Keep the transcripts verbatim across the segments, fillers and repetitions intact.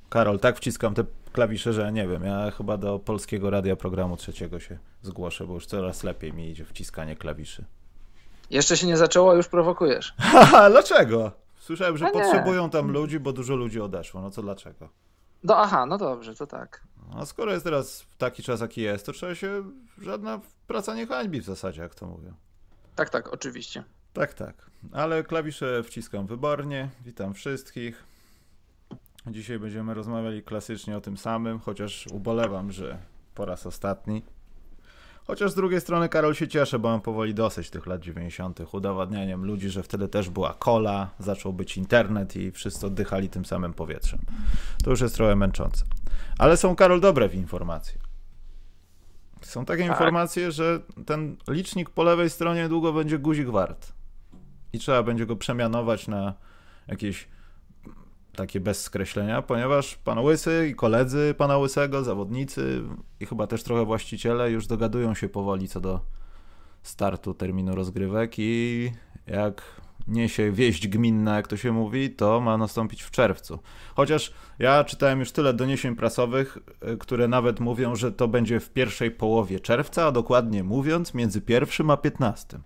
Karol, tak wciskam te klawisze, że nie wiem, ja chyba do Polskiego Radia Programu Trzeciego się zgłoszę, bo już coraz lepiej mi idzie wciskanie klawiszy. Jeszcze się nie zaczęło, już prowokujesz. Haha, dlaczego? Słyszałem, że A nie. potrzebują tam ludzi, bo dużo ludzi odeszło. No co dlaczego? No aha, no dobrze, to tak. A skoro jest teraz taki czas, jaki jest, to trzeba się, żadna praca nie hańbi w zasadzie, jak to mówią. Tak, tak, oczywiście. Tak, tak. Ale klawisze wciskam wybornie. Witam wszystkich. Dzisiaj będziemy rozmawiali klasycznie o tym samym, chociaż ubolewam, że po raz ostatni. Chociaż z drugiej strony, Karol, się cieszę, bo mam powoli dosyć tych lat dziewięćdziesiątych. Udowadnianiem ludzi, że wtedy też była kola, zaczął być internet i wszyscy oddychali tym samym powietrzem. To już jest trochę męczące. Ale są, Karol, dobre w informacje. Są takie tak. informacje, że ten licznik po lewej stronie długo będzie guzik wart. I trzeba będzie go przemianować na jakieś takie bez skreślenia, ponieważ pan Łysy i koledzy pana Łysego, zawodnicy i chyba też trochę właściciele już dogadują się powoli co do startu terminu rozgrywek i jak niesie wieść gminna, jak to się mówi, to ma nastąpić w czerwcu. Chociaż ja czytałem już tyle doniesień prasowych, które nawet mówią, że to będzie w pierwszej połowie czerwca, a dokładnie mówiąc między pierwszym a piętnastym.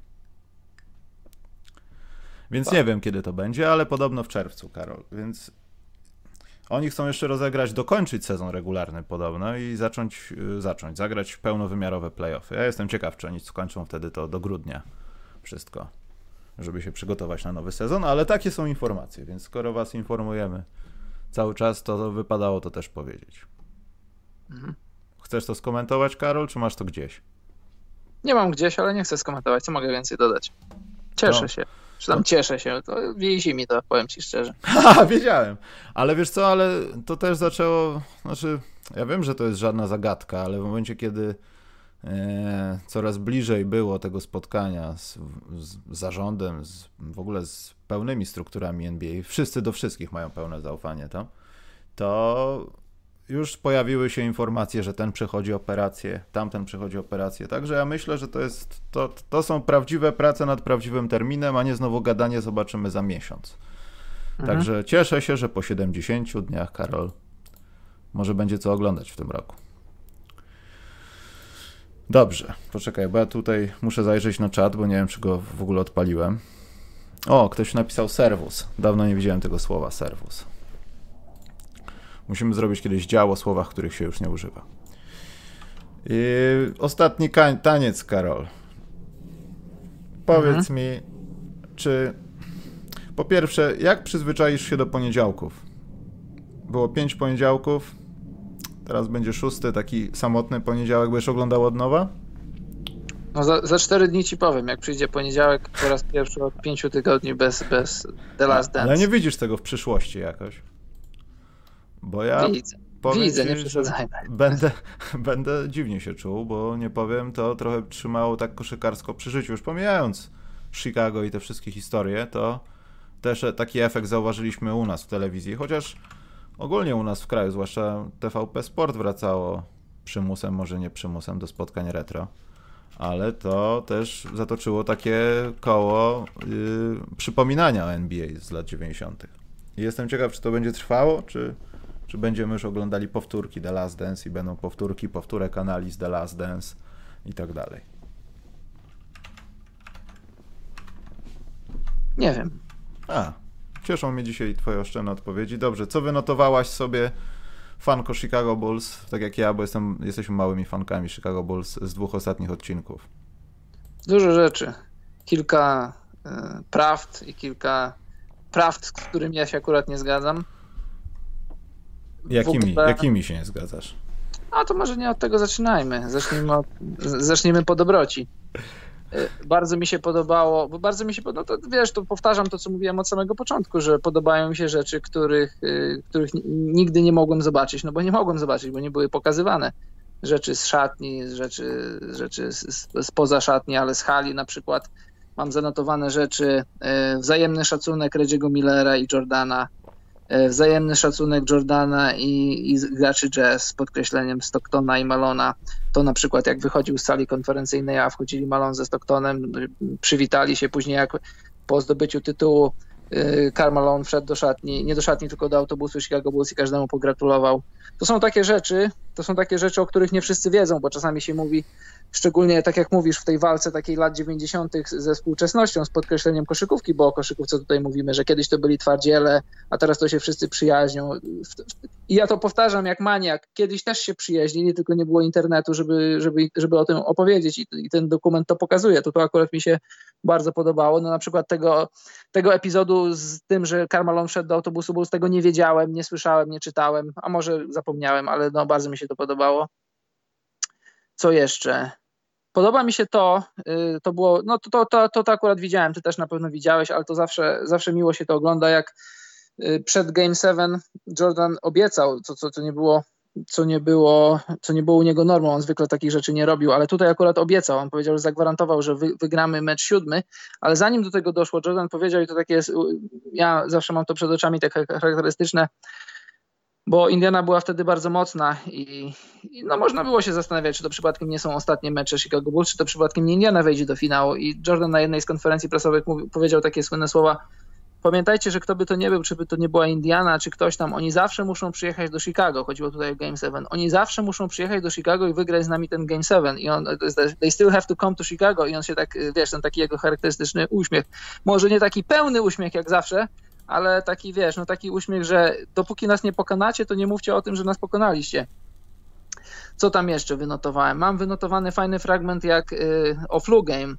Więc nie wiem, kiedy to będzie, ale podobno w czerwcu, Karol. Więc oni chcą jeszcze rozegrać, dokończyć sezon regularny podobno i zacząć, zacząć zagrać pełnowymiarowe play-offy. Ja jestem ciekaw, czy oni skończą wtedy to do grudnia wszystko, żeby się przygotować na nowy sezon, ale takie są informacje, więc skoro was informujemy cały czas, to wypadało to też powiedzieć. Mhm. Chcesz to skomentować, Karol, czy masz to gdzieś? Nie mam gdzieś, ale nie chcę skomentować, co mogę więcej dodać. Cieszę no. się. Czy tam cieszę się, to więzi mi to, powiem ci szczerze. Ha, wiedziałem. Ale wiesz co, ale to też zaczęło, znaczy, ja wiem, że to jest żadna zagadka, ale w momencie, kiedy e, coraz bliżej było tego spotkania z, z zarządem, z, w ogóle z pełnymi strukturami N B A, wszyscy do wszystkich mają pełne zaufanie, to, to już pojawiły się informacje, że ten przechodzi operację, tamten przechodzi operację. Także ja myślę, że to jest to, to są prawdziwe prace nad prawdziwym terminem, a nie znowu gadanie zobaczymy za miesiąc. Mhm. Także cieszę się, że po siedemdziesięciu dniach, Karol, może będzie co oglądać w tym roku. Dobrze, poczekaj, bo ja tutaj muszę zajrzeć na czat, bo nie wiem, czy go w ogóle odpaliłem. O, ktoś napisał serwus. Dawno nie widziałem tego słowa, serwus. Musimy zrobić kiedyś dział o słowach, których się już nie używa. I ostatni ka- taniec, Karol. Powiedz mhm. mi, czy po pierwsze, jak przyzwyczaisz się do poniedziałków? Było pięć poniedziałków, teraz będzie szósty, taki samotny poniedziałek. Będziesz oglądał od nowa? No za, za cztery dni ci powiem, jak przyjdzie poniedziałek po raz pierwszy od pięciu tygodni bez, bez The Last Dance. Ale nie widzisz tego w przyszłości jakoś? Bo ja widzę, widzę, nie przesadzajmy. Będę, będę dziwnie się czuł, bo nie powiem, to trochę trzymało tak koszykarsko przy życiu. Już pomijając Chicago i te wszystkie historie, to też taki efekt zauważyliśmy u nas w telewizji, chociaż ogólnie u nas w kraju, zwłaszcza T V P Sport wracało przymusem, może nie przymusem, do spotkań retro, ale to też zatoczyło takie koło yy, przypominania o N B A z lat dziewięćdziesiątych. I jestem ciekaw, czy to będzie trwało, czy Czy będziemy już oglądali powtórki The Last Dance i będą powtórki, powtórek analiz The Last Dance i tak dalej. Nie wiem. A, cieszą mnie dzisiaj twoje oszczędne odpowiedzi. Dobrze, co wynotowałaś sobie, fanko Chicago Bulls, tak jak ja, bo jestem, jesteśmy małymi fankami Chicago Bulls z dwóch ostatnich odcinków? Dużo rzeczy. Kilka y, prawd i kilka prawd, z którymi ja się akurat nie zgadzam. Jakimi, ogóle... jakimi się nie zgadzasz? A to może nie od tego zaczynajmy. Zacznijmy, od, zacznijmy po dobroci. Bardzo mi się podobało, bo bardzo mi się podobało, to wiesz, to powtarzam to, co mówiłem od samego początku, że podobają mi się rzeczy, których, których nigdy nie mogłem zobaczyć, no bo nie mogłem zobaczyć, bo nie były pokazywane. Rzeczy z szatni, rzeczy, rzeczy spoza szatni, ale z hali na przykład. Mam zanotowane rzeczy, wzajemny szacunek Reggie'ego Millera i Jordana, wzajemny szacunek Jordana i, i graczy Jazz z podkreśleniem Stocktona i Malona. To na przykład jak wychodził z sali konferencyjnej, a wchodzili Malone ze Stocktonem, przywitali się później, jak po zdobyciu tytułu Karl Malone wszedł do szatni, nie do szatni, tylko do autobusu Chicago Bulls i każdemu pogratulował. To są takie rzeczy, to są takie rzeczy, o których nie wszyscy wiedzą, bo czasami się mówi, szczególnie tak jak mówisz, w tej walce takiej lat dziewięćdziesiątych ze współczesnością, z podkreśleniem koszykówki, bo o koszykówce tutaj mówimy, że kiedyś to byli twardziele, a teraz to się wszyscy przyjaźnią. I ja to powtarzam jak maniak. Kiedyś też się przyjaźnili, tylko nie było internetu, żeby, żeby, żeby o tym opowiedzieć i, i ten dokument to pokazuje. To, to akurat mi się bardzo podobało. No na przykład tego, tego epizodu z tym, że Karl Malone wszedł do autobusu, bo z tego nie wiedziałem, nie słyszałem, nie czytałem, a może zapomniałem, ale no bardzo mi się to podobało. Co jeszcze? Podoba mi się to, to było, no to, to, to, to, to akurat widziałem, ty też na pewno widziałeś, ale to zawsze, zawsze miło się to ogląda, jak przed Game siedem Jordan obiecał, co, co, co nie było, co nie było, co nie było u niego normą, on zwykle takich rzeczy nie robił, ale tutaj akurat obiecał, on powiedział, że zagwarantował, że wy, wygramy mecz siódmy, ale zanim do tego doszło, Jordan powiedział, i to takie jest, ja zawsze mam to przed oczami, takie charakterystyczne, bo Indiana była wtedy bardzo mocna i, i no można było się zastanawiać, czy to przypadkiem nie są ostatnie mecze Chicago Bulls, czy to przypadkiem nie Indiana wejdzie do finału, i Jordan na jednej z konferencji prasowych mówi, powiedział takie słynne słowa: pamiętajcie, że kto by to nie był, czy by to nie była Indiana, czy ktoś tam, oni zawsze muszą przyjechać do Chicago, chodziło tutaj o Game siedem, oni zawsze muszą przyjechać do Chicago i wygrać z nami ten Game siedem i on, they still have to come to Chicago, i on się tak, wiesz, ten taki jego charakterystyczny uśmiech, może nie taki pełny uśmiech jak zawsze, ale taki, wiesz, no taki uśmiech, że dopóki nas nie pokonacie, to nie mówcie o tym, że nas pokonaliście. Co tam jeszcze wynotowałem? Mam wynotowany fajny fragment jak y, o flu game,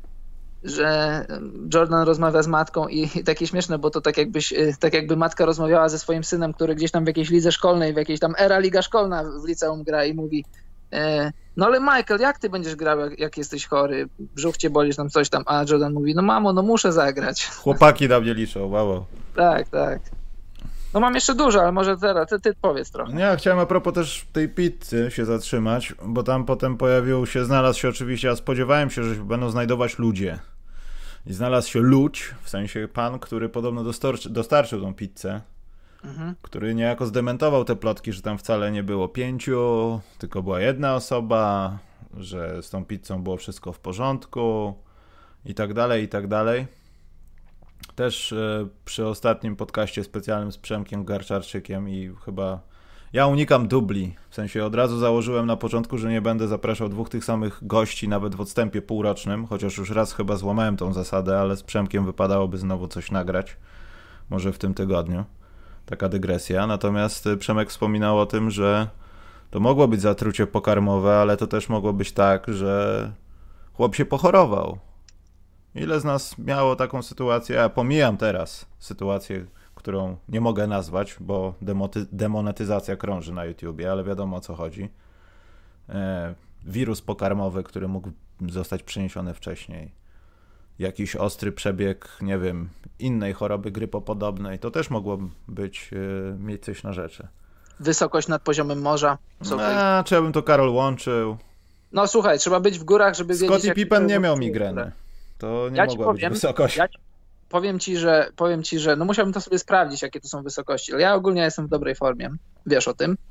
że Jordan rozmawia z matką i, i takie śmieszne, bo to tak jakbyś, y, tak jakby matka rozmawiała ze swoim synem, który gdzieś tam w jakiejś lidze szkolnej, w jakiejś tam era liga szkolna w liceum gra i mówi: y, no ale Michael, jak ty będziesz grał, jak, jak jesteś chory, brzuch cię boli, tam coś tam, a Jordan mówi: no mamo, no muszę zagrać. Chłopaki na mnie liczą, wow. Tak, tak. No mam jeszcze dużo, ale może teraz ty, ty powiedz trochę. Ja chciałem a propos też tej pizzy się zatrzymać, bo tam potem pojawił się, znalazł się oczywiście, ja spodziewałem się, że się będą znajdować ludzie. I znalazł się ludź, w sensie pan, który podobno dostarczy, dostarczył tą pizzę, mhm. który niejako zdementował te plotki, że tam wcale nie było pięciu, tylko była jedna osoba, że z tą pizzą było wszystko w porządku i tak dalej, i tak dalej. Też e, przy ostatnim podcaście specjalnym z Przemkiem Garczarczykiem i chyba ja unikam dubli, w sensie od razu założyłem na początku, że nie będę zapraszał dwóch tych samych gości nawet w odstępie półrocznym, chociaż już raz chyba złamałem tą zasadę, ale z Przemkiem wypadałoby znowu coś nagrać, może w tym tygodniu, taka dygresja. Natomiast Przemek wspominał o tym, że to mogło być zatrucie pokarmowe, ale to też mogło być tak, że chłop się pochorował. Ile z nas miało taką sytuację? Ja pomijam teraz sytuację, którą nie mogę nazwać, bo demoty- demonetyzacja krąży na YouTubie, ale wiadomo o co chodzi. E, wirus pokarmowy, który mógł zostać przeniesiony wcześniej. Jakiś ostry przebieg, nie wiem, innej choroby grypopodobnej. To też mogło być, e, mieć coś na rzeczy. Wysokość nad poziomem morza. A, czy ja bym to, Karol, łączył? No słuchaj, trzeba być w górach, żeby wiedzieć... Scottie Pippen nie miał migreny. To nie ja mogła powiem, być wysokość. Ja ci, powiem, ci, że, powiem ci, że no musiałbym to sobie sprawdzić, jakie to są wysokości, ale ja ogólnie jestem w dobrej formie, wiesz o tym.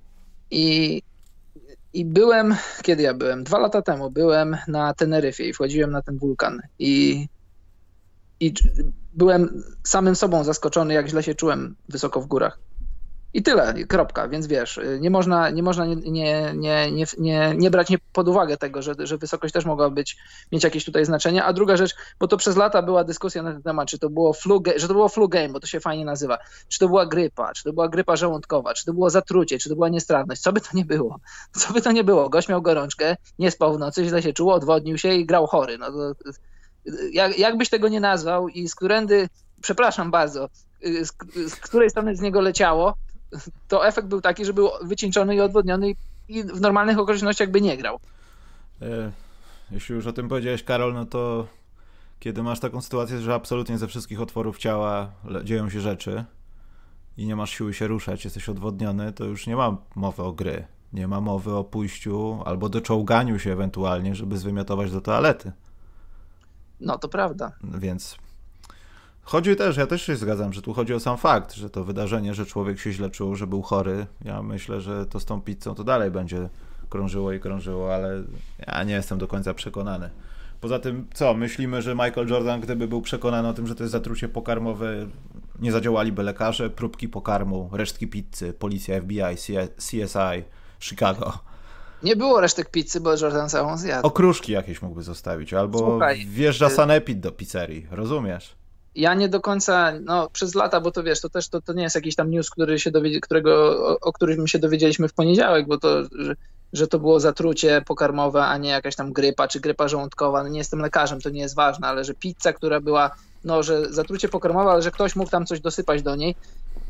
I, i byłem, kiedy ja byłem? Dwa lata temu byłem na Teneryfie i wchodziłem na ten wulkan i, i byłem samym sobą zaskoczony, jak źle się czułem wysoko w górach. I tyle, kropka, więc wiesz, nie można, nie, można nie, nie, nie, nie, nie, nie brać nie pod uwagę tego, że, że wysokość też mogła być, mieć jakieś tutaj znaczenie. A druga rzecz, bo to przez lata była dyskusja na ten temat, czy to było flu, że to było flu game, bo to się fajnie nazywa, czy to była grypa, czy to była grypa żołądkowa, czy to było zatrucie, czy to była niestrawność, co by to nie było, co by to nie było, gość miał gorączkę, nie spał w nocy, źle się czuło, odwodnił się i grał chory, no to jak, jakbyś tego nie nazwał i z którędy, przepraszam bardzo, z, z której strony z niego leciało, to efekt był taki, że był wycieńczony i odwodniony i w normalnych okolicznościach by nie grał. Jeśli już o tym powiedziałeś, Karol, no to kiedy masz taką sytuację, że absolutnie ze wszystkich otworów ciała dzieją się rzeczy i nie masz siły się ruszać, jesteś odwodniony, to już nie ma mowy o gry. Nie ma mowy o pójściu albo doczołganiu się ewentualnie, żeby zwymiotować do toalety. No to prawda. Więc... Chodzi też, ja też się zgadzam, że tu chodzi o sam fakt, że to wydarzenie, że człowiek się źle czuł, że był chory. Ja myślę, że to z tą pizzą to dalej będzie krążyło i krążyło, ale ja nie jestem do końca przekonany. Poza tym, co, myślimy, że Michael Jordan, gdyby był przekonany o tym, że to jest zatrucie pokarmowe, nie zadziałaliby lekarze, próbki pokarmu, resztki pizzy, policja, F B I, C S I, Chicago. Nie było resztek pizzy, bo Jordan całą zjadł. Okruszki jakieś mógłby zostawić, albo Słuchaj, wjeżdża sanepid do pizzerii, rozumiesz? Ja nie do końca, no przez lata, bo to wiesz, to też to, to nie jest jakiś tam news, który się dowiedz, którego, o, o którym się dowiedzieliśmy w poniedziałek, bo to, że, że to było zatrucie pokarmowe, a nie jakaś tam grypa czy grypa żołądkowa. No nie jestem lekarzem, to nie jest ważne, ale że pizza, która była, no że zatrucie pokarmowe, ale że ktoś mógł tam coś dosypać do niej,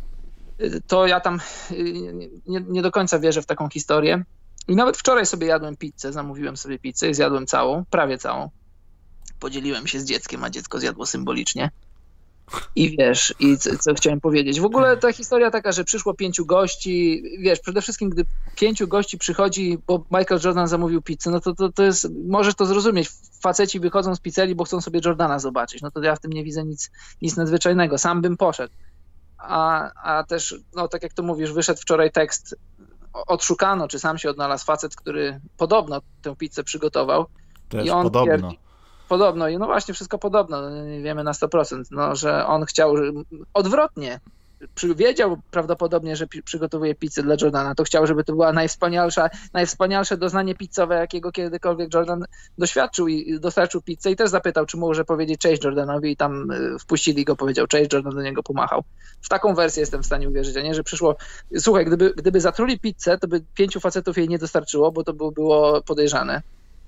to ja tam nie, nie do końca wierzę w taką historię. I nawet wczoraj sobie jadłem pizzę, zamówiłem sobie pizzę i zjadłem całą, prawie całą. Podzieliłem się z dzieckiem, a dziecko zjadło symbolicznie. I wiesz, i co, co chciałem powiedzieć. W ogóle ta historia taka, że przyszło pięciu gości, wiesz, przede wszystkim gdy pięciu gości przychodzi, bo Michael Jordan zamówił pizzę, no to, to, to jest, możesz to zrozumieć. Faceci wychodzą z pizzerii, bo chcą sobie Jordana zobaczyć. No to ja w tym nie widzę nic, nic nadzwyczajnego. Sam bym poszedł. A, a też, no tak jak to mówisz, wyszedł wczoraj tekst, odszukano, czy sam się odnalazł facet, który podobno tę pizzę przygotował. To I on podobno. Pier... Podobno, no właśnie, wszystko podobno, nie wiemy na sto procent, no, że on chciał odwrotnie, wiedział prawdopodobnie, że pi- przygotowuje pizzę dla Jordana, to chciał, żeby to była najwspanialsza, najwspanialsze doznanie pizzowe, jakiego kiedykolwiek Jordan doświadczył i dostarczył pizzę i też zapytał, czy może powiedzieć cześć Jordanowi i tam wpuścili go, powiedział cześć, Jordan do niego pomachał. W taką wersję jestem w stanie uwierzyć, a nie, że przyszło, słuchaj, gdyby, gdyby zatruli pizzę, to by pięciu facetów jej nie dostarczyło, bo to by było podejrzane.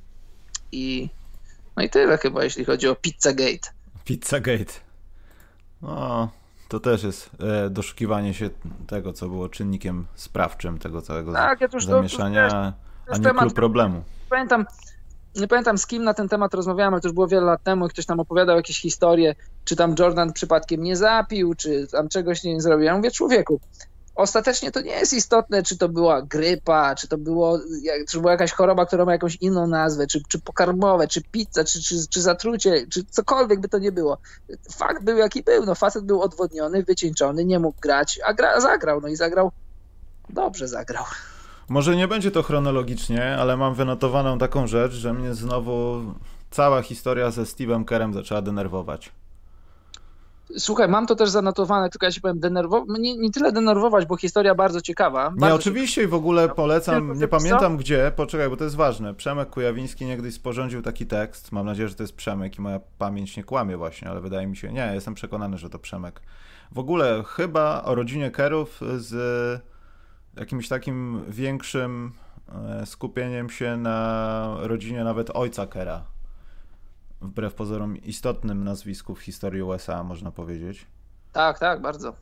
I No i tyle chyba, jeśli chodzi o Pizzagate. Pizzagate. No, to też jest e, doszukiwanie się tego, co było czynnikiem sprawczym tego całego tak, ja już zamieszania, to, to, to a nie temat, klucz problemu. Pamiętam, nie pamiętam z kim na ten temat rozmawiałem, ale to już było wiele lat temu i ktoś tam opowiadał jakieś historie, czy tam Jordan przypadkiem nie zapił, czy tam czegoś nie zrobił. Ja mówię, człowieku, ostatecznie to nie jest istotne, czy to była grypa, czy to, było, czy była jakaś choroba, która ma jakąś inną nazwę, czy, czy pokarmowe, czy pizza, czy, czy, czy zatrucie, czy cokolwiek by to nie było. Fakt był jaki był, no facet był odwodniony, wycieńczony, nie mógł grać, a gra, zagrał, no i zagrał, dobrze zagrał. Może nie będzie to chronologicznie, ale mam wynotowaną taką rzecz, że mnie znowu cała historia ze Steve'em Kerrem zaczęła denerwować. Słuchaj, mam to też zanotowane, tylko ja ci powiem, denerwować, nie, nie tyle denerwować, bo historia bardzo ciekawa. Nie, bardzo oczywiście i w ogóle polecam, Tylko, nie co? pamiętam gdzie, poczekaj, bo to jest ważne. Przemek Kujawiński niegdyś sporządził taki tekst, mam nadzieję, że to jest Przemek i moja pamięć nie kłamie właśnie, ale wydaje mi się, nie, jestem przekonany, że to Przemek. W ogóle chyba o rodzinie Kerrów z jakimś takim większym skupieniem się na rodzinie nawet ojca Kerra. Wbrew pozorom istotnym nazwisku w historii U S A, można powiedzieć. Tak, tak, bardzo.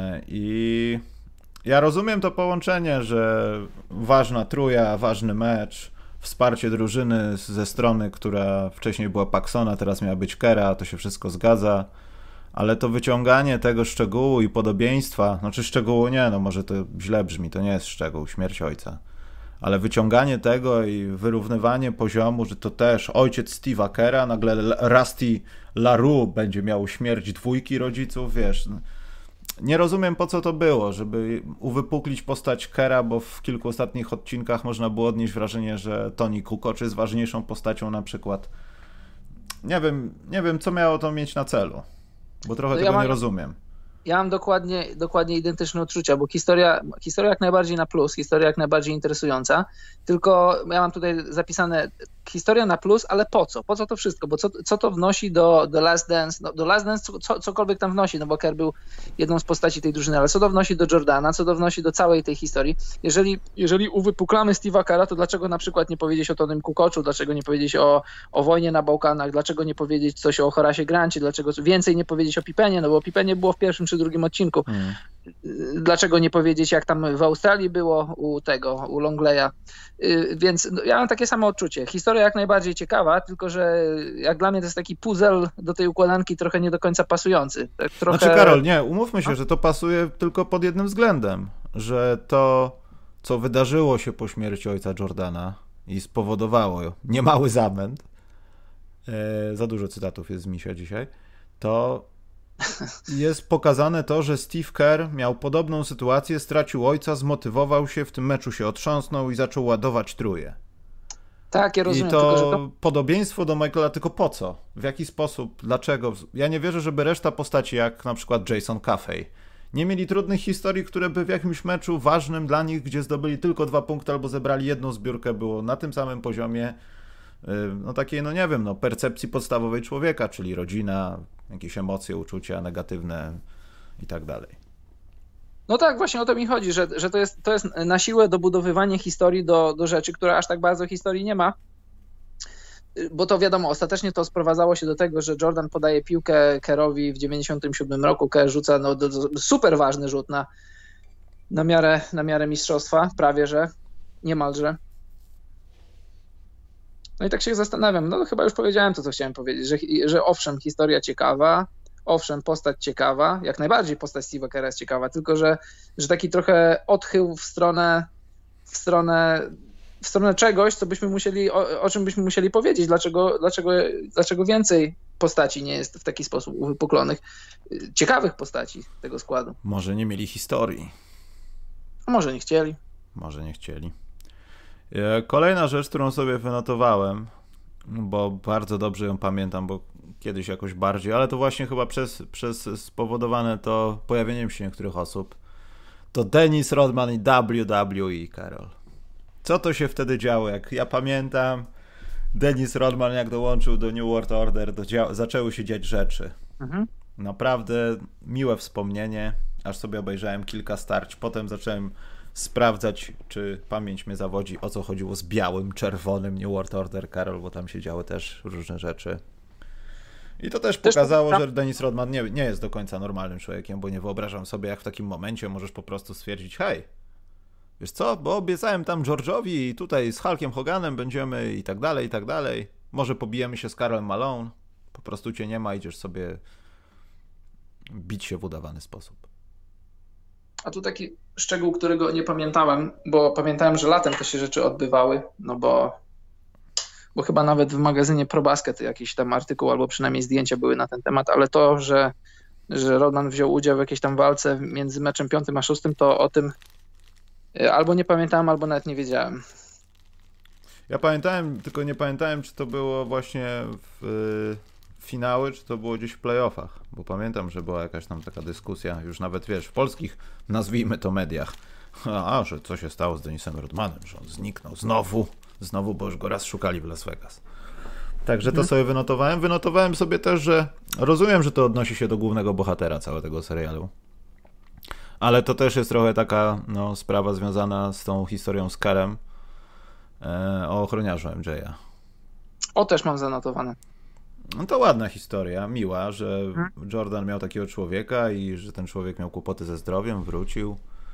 I ja rozumiem to połączenie, że ważna truja, ważny mecz, wsparcie drużyny ze strony, która wcześniej była Paxsona, teraz miała być Kerra, to się wszystko zgadza, ale to wyciąganie tego szczegółu i podobieństwa, znaczy szczegółu nie, no może to źle brzmi, to nie jest szczegół, śmierć ojca. Ale wyciąganie tego i wyrównywanie poziomu, że to też ojciec Steve'a Kerra, nagle Rusty LaRue będzie miał śmierć dwójki rodziców, wiesz. Nie rozumiem, po co to było, żeby uwypuklić postać Kerra, bo w kilku ostatnich odcinkach można było odnieść wrażenie, że Tony Kukoc jest ważniejszą postacią na przykład. Nie wiem, nie wiem, co miało to mieć na celu, bo trochę no tego ja mam... nie rozumiem. Ja mam dokładnie, dokładnie identyczne odczucia, bo historia, historia jak najbardziej na plus, historia jak najbardziej interesująca, tylko ja mam tutaj zapisane historia na plus, ale po co? Po co to wszystko? Bo co, co to wnosi do, do Last Dance? No, do Last Dance co, cokolwiek tam wnosi, no bo Kerr był jedną z postaci tej drużyny, ale co to wnosi do Jordana, co to wnosi do całej tej historii? Jeżeli, jeżeli uwypuklamy Steve'a Kerra, to dlaczego na przykład nie powiedzieć o Tonym Kukoczu, dlaczego nie powiedzieć o, o wojnie na Bałkanach, dlaczego nie powiedzieć coś o Horacie Grancie, dlaczego więcej nie powiedzieć o Pippenie, no bo Pippenie było w pierwszym czy drugim odcinku. Hmm. Dlaczego nie powiedzieć, jak tam w Australii było u tego, u Longleya. Więc no, ja mam takie samo odczucie. Historia jak najbardziej ciekawa, tylko że jak dla mnie to jest taki puzzle do tej układanki trochę nie do końca pasujący. Tak trochę... Znaczy Karol, nie, umówmy się, że to pasuje tylko pod jednym względem, że to, co wydarzyło się po śmierci ojca Jordana i spowodowało niemały zamęt, e, za dużo cytatów jest z misia dzisiaj, to jest pokazane to, że Steve Kerr miał podobną sytuację, stracił ojca, zmotywował się, w tym meczu się otrząsnął i zaczął ładować truje. Tak, ja rozumiem. I to, tylko, że to podobieństwo do Michaela, tylko po co? W jaki sposób? Dlaczego? Ja nie wierzę, żeby reszta postaci, jak na przykład Jason Caffey, nie mieli trudnych historii, które by w jakimś meczu ważnym dla nich, gdzie zdobyli tylko dwa punkty albo zebrali jedną zbiórkę, było na tym samym poziomie no takiej, no nie wiem, no percepcji podstawowej człowieka, czyli rodzina, jakieś emocje, uczucia negatywne i tak dalej. No tak, właśnie o to mi chodzi, że, że to, jest, to jest na siłę dobudowywanie historii do, do rzeczy, które aż tak bardzo historii nie ma. Bo to wiadomo, ostatecznie to sprowadzało się do tego, że Jordan podaje piłkę Kerrowi w dziewięćdziesiątym siódmym roku. Kerr rzuca no, do, do, super ważny rzut na, na, miarę, na miarę mistrzostwa, prawie że, niemalże. No i tak się zastanawiam, no chyba już powiedziałem to, co chciałem powiedzieć, że, że owszem, historia ciekawa, owszem, postać ciekawa, jak najbardziej postać Steve'a Kerra jest ciekawa, tylko że, że taki trochę odchył w stronę, w stronę, w stronę czegoś, co byśmy musieli, o, o czym byśmy musieli powiedzieć, dlaczego, dlaczego, dlaczego więcej postaci nie jest w taki sposób uwypuklonych, ciekawych postaci tego składu. Może nie mieli historii. A może nie chcieli. Może nie chcieli. Kolejna rzecz, którą sobie wynotowałem, bo bardzo dobrze ją pamiętam, bo kiedyś jakoś bardziej, ale to właśnie chyba przez, przez spowodowane to pojawieniem się niektórych osób, to Dennis Rodman i W W E, Karol. Co to się wtedy działo? Jak ja pamiętam, Dennis Rodman jak dołączył do New World Order, to dzia- zaczęły się dziać rzeczy. Mhm. Naprawdę miłe wspomnienie, aż sobie obejrzałem kilka starć, potem zacząłem sprawdzać, czy pamięć mnie zawodzi, o co chodziło z białym, czerwonym New World Order, Karol, bo tam się działy też różne rzeczy. I to też pokazało, że Dennis Rodman nie, nie jest do końca normalnym człowiekiem, bo nie wyobrażam sobie, jak w takim momencie możesz po prostu stwierdzić, hej, wiesz co, bo obiecałem tam George'owi i tutaj z Hulkiem Hoganem będziemy i tak dalej, i tak dalej. Może pobijemy się z Karlem Malone, po prostu cię nie ma, idziesz sobie bić się w udawany sposób. A tu taki szczegół, którego nie pamiętałem, bo pamiętałem, że latem te się rzeczy odbywały, no bo, bo chyba nawet w magazynie ProBasket jakiś tam artykuł albo przynajmniej zdjęcia były na ten temat, ale to, że, że Rodman wziął udział w jakiejś tam walce między meczem piątym a szóstym, to o tym albo nie pamiętałem, albo nawet nie wiedziałem. Ja pamiętałem, tylko nie pamiętałem, czy to było właśnie w finały, czy to było gdzieś w playoffach, bo pamiętam, że była jakaś tam taka dyskusja, już nawet wiesz, w polskich, nazwijmy to mediach, a, że co się stało z Dennisem Rodmanem, że on zniknął znowu, znowu, bo już go raz szukali w Las Vegas. Także to sobie wynotowałem. Wynotowałem sobie też, że rozumiem, że to odnosi się do głównego bohatera całego serialu, ale to też jest trochę taka no, sprawa związana z tą historią z Kerrem e, o ochroniarzu M J a. O, też mam zanotowane. No to ładna historia, miła, że Jordan miał takiego człowieka i że ten człowiek miał kłopoty ze zdrowiem, wrócił.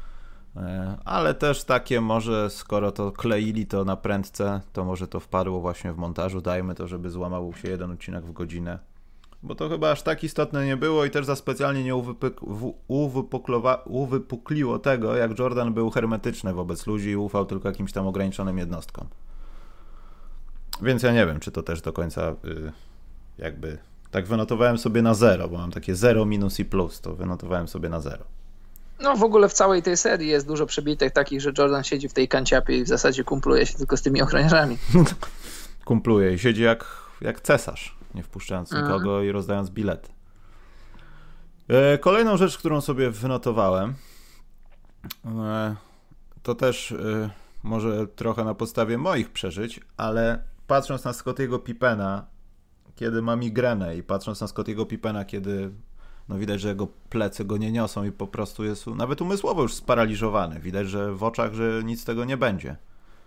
Ale też takie może, skoro to kleili to na prędce, to może to wpadło właśnie w montażu, dajmy to, żeby złamał się jeden odcinek w godzinę. Bo to chyba aż tak istotne nie było i też za specjalnie nie uwypyk- uwypuklowa- uwypukliło tego, jak Jordan był hermetyczny wobec ludzi i ufał tylko jakimś tam ograniczonym jednostkom. Więc ja nie wiem, czy to też do końca... Yy... jakby tak wynotowałem sobie na zero, bo mam takie zero, minus i plus, to wynotowałem sobie na zero. No w ogóle w całej tej serii jest dużo przebitek takich, że Jordan siedzi w tej kanciapie i w zasadzie kumpluje się tylko z tymi ochroniarzami. Kumpluje i siedzi jak, jak cesarz, nie wpuszczając mhm. nikogo i rozdając bilety. E, kolejną rzecz, którą sobie wynotowałem, e, to też e, może trochę na podstawie moich przeżyć, ale patrząc na Scottiego Pippena, kiedy ma migrenę i patrząc na Scottiego Pippena, kiedy no widać, że jego plecy go nie niosą i po prostu jest nawet umysłowo już sparaliżowany. Widać, że w oczach, że nic z tego nie będzie.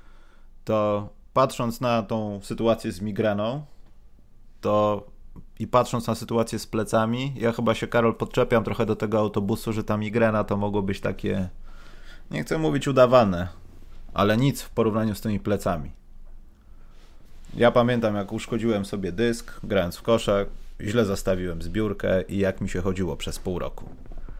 To patrząc na tą sytuację z migreną, to i patrząc na sytuację z plecami, ja chyba się, Karol, podczepiam trochę do tego autobusu, że ta migrena to mogło być takie, nie chcę mówić udawane, ale nic w porównaniu z tymi plecami. Ja pamiętam, jak uszkodziłem sobie dysk, grając w kosza, źle zastawiłem zbiórkę i jak mi się chodziło przez pół roku.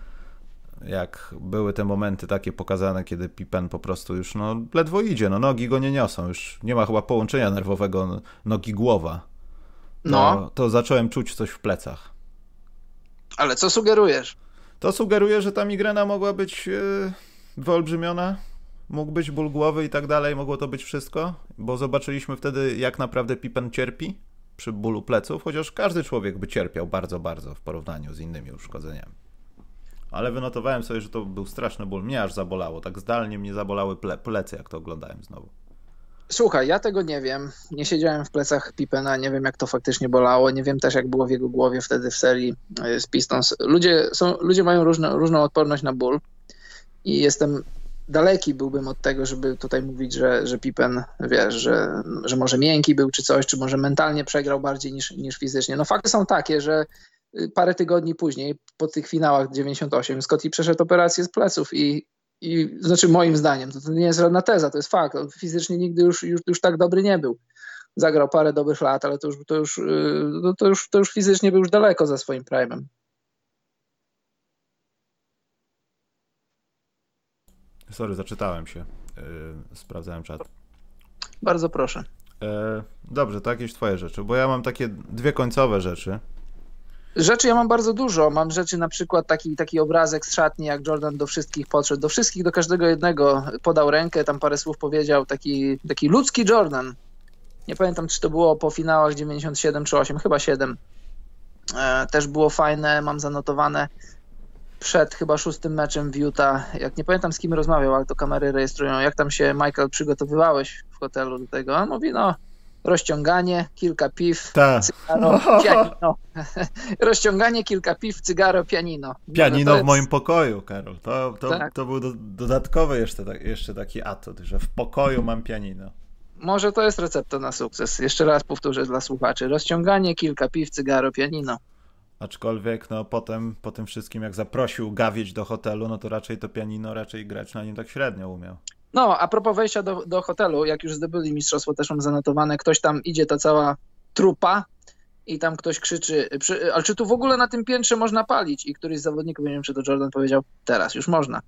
Jak były te momenty takie pokazane, kiedy Pippen po prostu już no ledwo idzie, no nogi go nie niosą, już nie ma chyba połączenia nerwowego nogi-głowa. No. To, to zacząłem czuć coś w plecach. Ale co sugerujesz? To sugeruje, że ta migrena mogła być yy, wyolbrzymiona mógł być ból głowy i tak dalej, mogło to być wszystko, bo zobaczyliśmy wtedy, jak naprawdę Pippen cierpi przy bólu pleców, chociaż każdy człowiek by cierpiał bardzo, bardzo w porównaniu z innymi uszkodzeniami. Ale wynotowałem sobie, że to był straszny ból. Mnie aż zabolało, tak zdalnie mnie zabolały ple- plecy, jak to oglądałem znowu. Słuchaj, ja tego nie wiem. Nie siedziałem w plecach Pippena, nie wiem jak to faktycznie bolało, nie wiem też jak było w jego głowie wtedy w serii z Pistons. Ludzie, są, ludzie mają różno, różną odporność na ból i jestem daleki byłbym od tego, żeby tutaj mówić, że, że Pippen, wiesz, że, że może miękki był czy coś, czy może mentalnie przegrał bardziej niż, niż fizycznie. No fakty są takie, że parę tygodni później, po tych finałach dziewięćdziesiąt osiem, Scottie przeszedł operację z pleców i I znaczy moim zdaniem, to, to nie jest żadna teza, to jest fakt. On fizycznie nigdy już, już, już tak dobry nie był. Zagrał parę dobrych lat, ale to już, to już, to, to już, to już fizycznie był już daleko za swoim prime'em. Sorry, zaczytałem się. Yy, sprawdzałem czat. Bardzo proszę. Yy, dobrze, to jakieś twoje rzeczy, bo ja mam takie dwie końcowe rzeczy. Rzeczy ja mam bardzo dużo. Mam rzeczy na przykład taki, taki obrazek z szatni, jak Jordan do wszystkich podszedł. Do wszystkich, do każdego jednego podał rękę, tam parę słów powiedział. Taki, taki ludzki Jordan. Nie pamiętam, czy to było po finałach dziewięćdziesiąt siedem czy osiem, chyba siedem. E, też było fajne, mam zanotowane. Przed chyba szóstym meczem w Utah, jak nie pamiętam z kim rozmawiał, ale to kamery rejestrują, jak tam się Michael przygotowywałeś w hotelu do tego. On mówi, no rozciąganie, kilka piw, Ta. cygaro, pianino. Rozciąganie, kilka piw, cygaro, pianino. Pianino no w moim pokoju, Karol. To, to, tak. to był do, dodatkowy jeszcze, tak, jeszcze taki atut, że w pokoju mam pianino. Może to jest recepta na sukces. Jeszcze raz powtórzę dla słuchaczy. Rozciąganie, kilka piw, cygaro, pianino. Aczkolwiek no potem, po tym wszystkim jak zaprosił gawieć do hotelu, no to raczej to pianino, raczej grać na nim tak średnio umiał. No, a propos wejścia do, do hotelu, jak już zdobyli mistrzostwo, też mam zanotowane, ktoś tam idzie, ta cała trupa i tam ktoś krzyczy, przy, ale czy tu w ogóle na tym piętrze można palić? I któryś z zawodników, nie wiem czy to Jordan, powiedział, teraz już można.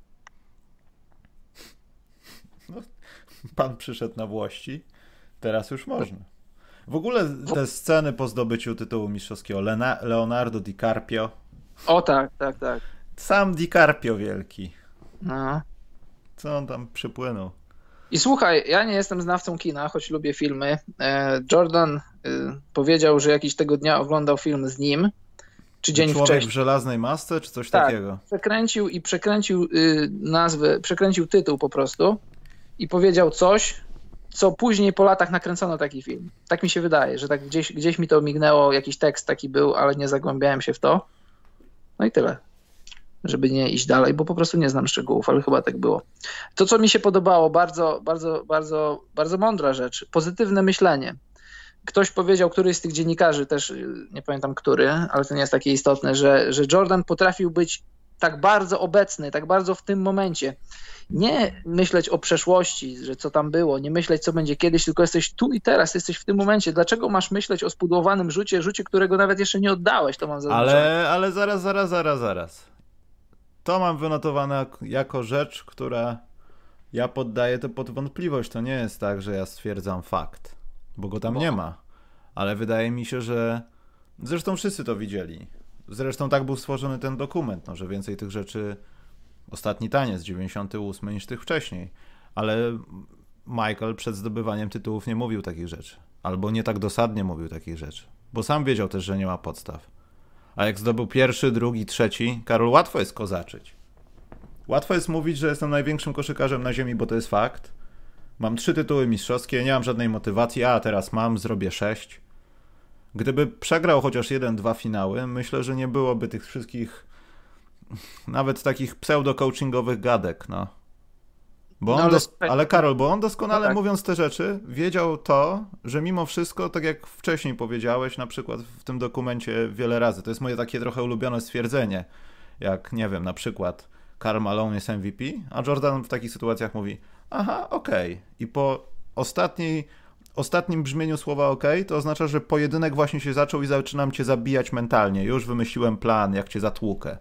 No, pan przyszedł na włości, teraz już można. W ogóle te sceny po zdobyciu tytułu mistrzowskiego, Lena, Leonardo DiCaprio. O tak, tak, tak. Sam DiCaprio wielki. No. Co on tam przypłynął? I słuchaj, ja nie jestem znawcą kina, choć lubię filmy. Jordan y, powiedział, że jakiś tego dnia oglądał film z nim, czy dzień Człowiek wcześniej. w żelaznej masce, czy coś tak, takiego? Przekręcił i przekręcił y, nazwę, przekręcił tytuł po prostu i powiedział coś, co później po latach nakręcono taki film. Tak mi się wydaje, że tak gdzieś, gdzieś mi to mignęło, jakiś tekst taki był, ale nie zagłębiałem się w to. No i tyle. Żeby nie iść dalej, bo po prostu nie znam szczegółów, ale chyba tak było. To, co mi się podobało, bardzo, bardzo, bardzo, bardzo mądra rzecz, pozytywne myślenie. Ktoś powiedział, któryś z tych dziennikarzy, też nie pamiętam który, ale to nie jest takie istotne, że, że Jordan potrafił być tak bardzo obecny, tak bardzo w tym momencie. Nie myśleć o przeszłości, że co tam było, nie myśleć, co będzie kiedyś, tylko jesteś tu i teraz, jesteś w tym momencie. Dlaczego masz myśleć o spudłowanym rzucie, rzucie, którego nawet jeszcze nie oddałeś? To mam zaznaczone. Ale, ale zaraz, zaraz, zaraz, zaraz. To mam wynotowane jako rzecz, która ja poddaję to pod wątpliwość. To nie jest tak, że ja stwierdzam fakt, bo go tam bo. nie ma. Ale wydaje mi się, że zresztą wszyscy to widzieli. Zresztą tak był stworzony ten dokument, no, że więcej tych rzeczy, ostatni taniec, dziewięćdziesiąty ósmy niż tych wcześniej. Ale Michael przed zdobywaniem tytułów nie mówił takich rzeczy. Albo nie tak dosadnie mówił takich rzeczy. Bo sam wiedział też, że nie ma podstaw. A jak zdobył pierwszy, drugi, trzeci, Karol, łatwo jest kozaczyć. Łatwo jest mówić, że jestem największym koszykarzem na ziemi, bo to jest fakt. Mam trzy tytuły mistrzowskie, nie mam żadnej motywacji, a teraz mam, zrobię sześć. Gdyby przegrał chociaż jeden, dwa finały, myślę, że nie byłoby tych wszystkich nawet takich pseudo-coachingowych gadek, no. Bo on no ale... Dos... ale Karol, bo on doskonale no tak. mówiąc te rzeczy, wiedział to, że mimo wszystko, tak jak wcześniej powiedziałeś, na przykład w tym dokumencie wiele razy, to jest moje takie trochę ulubione stwierdzenie, jak, nie wiem, na przykład Karl Malone jest M V P, a Jordan w takich sytuacjach mówi, aha, okej. Okay. I po ostatniej, ostatnim brzmieniu słowa okej, okay, to oznacza, że pojedynek właśnie się zaczął i zaczynam cię zabijać mentalnie. Już wymyśliłem plan, jak cię zatłukę.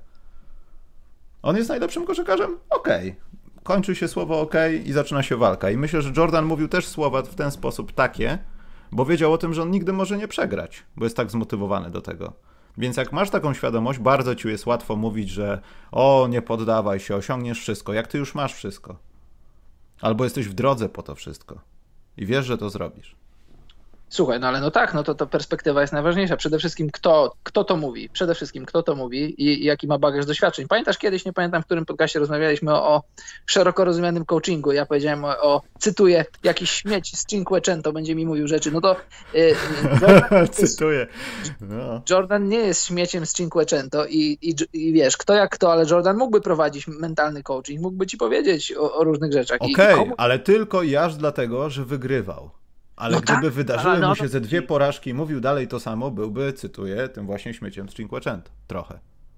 On jest najlepszym koszykarzem? Okej. Okay. Kończy się słowo OK i zaczyna się walka. I myślę, że Jordan mówił też słowa w ten sposób takie, bo wiedział o tym, że on nigdy może nie przegrać, bo jest tak zmotywowany do tego. Więc jak masz taką świadomość, bardzo ci jest łatwo mówić, że o, nie poddawaj się, osiągniesz wszystko, jak ty już masz wszystko. Albo jesteś w drodze po to wszystko i wiesz, że to zrobisz. Słuchaj, no ale no tak, no to, to perspektywa jest najważniejsza. Przede wszystkim kto, kto to mówi, przede wszystkim kto to mówi i, i jaki ma bagaż doświadczeń. Pamiętasz kiedyś, nie pamiętam w którym podcaście rozmawialiśmy o, o szeroko rozumianym coachingu. Ja powiedziałem o, o cytuję, jakiś śmieć z Cinquecento będzie mi mówił rzeczy. No to yy, Jordan, cytuję. No. Jordan nie jest śmieciem z Cinquecento i, i, i wiesz, kto jak kto, ale Jordan mógłby prowadzić mentalny coaching, mógłby ci powiedzieć o, o różnych rzeczach. Okej, okay, komu... ale tylko i aż dlatego, że wygrywał. Ale no gdyby tak, wydarzyły no, mu się ze dwie porażki i mówił dalej to samo, byłby, cytuję, tym właśnie śmieciem z Cinquecento. Trochę.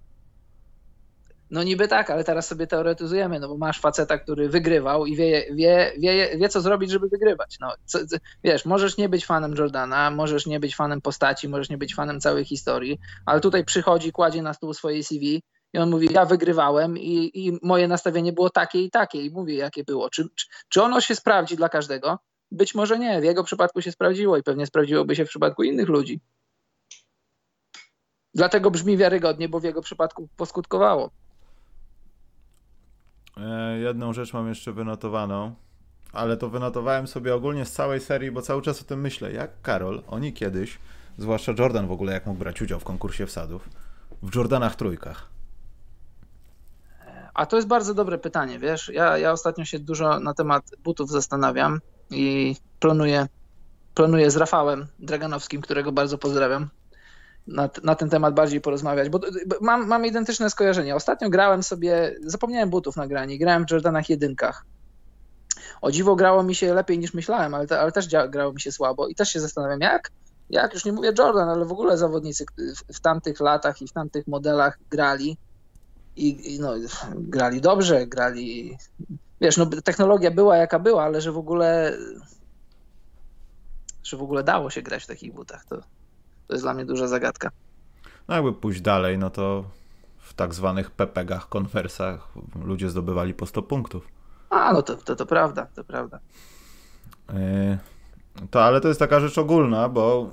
No niby tak, ale teraz sobie teoretyzujemy, no bo masz faceta, który wygrywał i wie, wie, wie, wie co zrobić, żeby wygrywać. No, co, wiesz, możesz nie być fanem Jordana, możesz nie być fanem postaci, możesz nie być fanem całej historii, ale tutaj przychodzi, kładzie na stół swoje C V i on mówi, ja wygrywałem i, i moje nastawienie było takie i takie i mówi, jakie było. Czy, czy, czy ono się sprawdzi dla każdego? Być może nie. W jego przypadku się sprawdziło i pewnie sprawdziłoby się w przypadku innych ludzi. Dlatego brzmi wiarygodnie, bo w jego przypadku poskutkowało. E, jedną rzecz mam jeszcze wynotowaną, ale to wynotowałem sobie ogólnie z całej serii, bo cały czas o tym myślę. Jak Karol, oni kiedyś, zwłaszcza Jordan w ogóle, jak mógł brać udział w konkursie wsadów, w Jordanach trójkach? A to jest bardzo dobre pytanie, wiesz. Ja, ja ostatnio się dużo na temat butów zastanawiam i planuję, planuję z Rafałem Draganowskim, którego bardzo pozdrawiam, na, na ten temat bardziej porozmawiać, bo mam, mam identyczne skojarzenia. Ostatnio grałem sobie, zapomniałem butów na granie, grałem w Jordanach jedynkach. O dziwo grało mi się lepiej niż myślałem, ale, te, ale też grało mi się słabo i też się zastanawiam, jak, jak już nie mówię Jordan, ale w ogóle zawodnicy w, w tamtych latach i w tamtych modelach grali i, i no, grali dobrze, grali... Wiesz, no technologia była jaka była, ale że w ogóle że w ogóle dało się grać w takich butach, to, to jest dla mnie duża zagadka. No jakby pójść dalej, no to w tak zwanych pepegach, konwersach ludzie zdobywali po sto punktów. A, no to, to, to prawda, to prawda. Yy, to, ale to jest taka rzecz ogólna, bo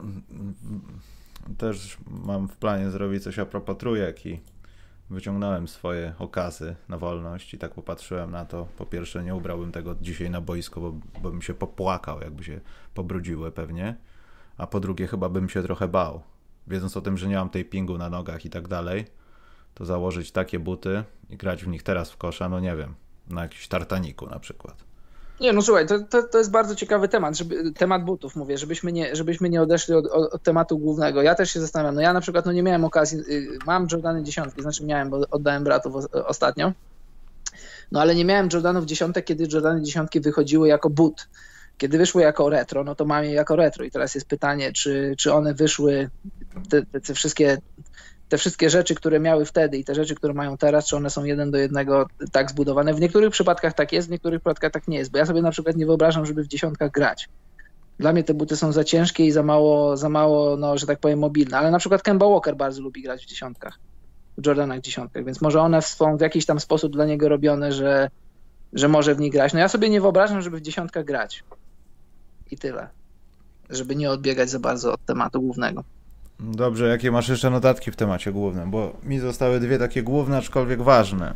też mam w planie zrobić coś a propos trójek i wyciągnąłem swoje okazy na wolność i tak popatrzyłem na to. Po pierwsze, nie ubrałbym tego dzisiaj na boisko, bo, bo bym się popłakał, jakby się pobrudziły pewnie. A po drugie, chyba bym się trochę bał. Wiedząc o tym, że nie mam tapingu na nogach i tak dalej, to założyć takie buty i grać w nich teraz w kosza, no nie wiem, na jakimś tartaniku na przykład. Nie, no słuchaj, to, to, to jest bardzo ciekawy temat, żeby, temat butów, mówię, żebyśmy nie, żebyśmy nie odeszli od, od, od tematu głównego. Ja też się zastanawiam, no ja na przykład no nie miałem okazji, mam Jordany dziesiątki, znaczy miałem, bo oddałem bratów ostatnio, no ale nie miałem Jordanów dziesiątek, kiedy Jordany dziesiątki wychodziły jako but. Kiedy wyszły jako retro, no to mam je jako retro i teraz jest pytanie, czy, czy one wyszły, te, te, te wszystkie... te wszystkie rzeczy, które miały wtedy i te rzeczy, które mają teraz, czy one są jeden do jednego tak zbudowane. W niektórych przypadkach tak jest, w niektórych przypadkach tak nie jest, bo ja sobie na przykład nie wyobrażam, żeby w dziesiątkach grać. Dla mnie te buty są za ciężkie i za mało, za mało, no, że tak powiem, mobilne, ale na przykład Kemba Walker bardzo lubi grać w dziesiątkach, w Jordanach dziesiątkach, więc może one są w jakiś tam sposób dla niego robione, że, że może w nich grać. No ja sobie nie wyobrażam, żeby w dziesiątkach grać. I tyle. Żeby nie odbiegać za bardzo od tematu głównego. Dobrze, jakie masz jeszcze notatki w temacie głównym? Bo mi zostały dwie takie główne, aczkolwiek ważne.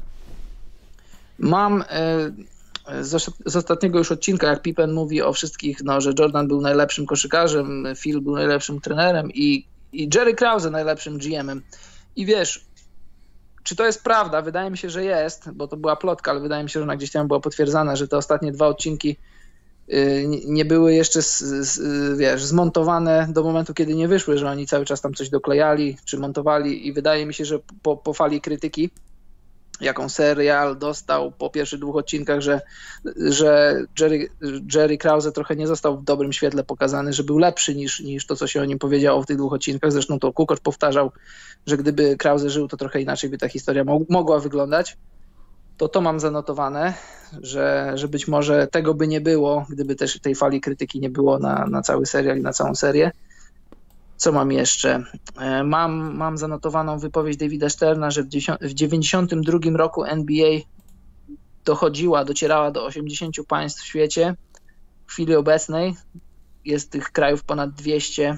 Mam e, z, z ostatniego już odcinka, jak Pippen mówi o wszystkich, no, że Jordan był najlepszym koszykarzem, Phil był najlepszym trenerem i, i Jerry Krause najlepszym G M-em. I wiesz, czy to jest prawda? Wydaje mi się, że jest, bo to była plotka, ale wydaje mi się, że ona gdzieś tam była potwierdzana, że te ostatnie dwa odcinki nie były jeszcze z, z, wiesz, zmontowane do momentu, kiedy nie wyszły, że oni cały czas tam coś doklejali czy montowali i wydaje mi się, że po, po fali krytyki, jaką serial dostał po pierwszych dwóch odcinkach, że, że Jerry, Jerry Krause trochę nie został w dobrym świetle pokazany, że był lepszy niż, niż to, co się o nim powiedziało w tych dwóch odcinkach. Zresztą to Kukoc powtarzał, że gdyby Krause żył, to trochę inaczej by ta historia mo- mogła wyglądać. To to mam zanotowane, że, że być może tego by nie było, gdyby też tej fali krytyki nie było na, na cały serial i na całą serię. Co mam jeszcze? Mam, mam zanotowaną wypowiedź Davida Sterna, że w dziewięćdziesiątym drugim roku N B A dochodziła, docierała do osiemdziesięciu państw w świecie. W chwili obecnej jest tych krajów ponad dwieście.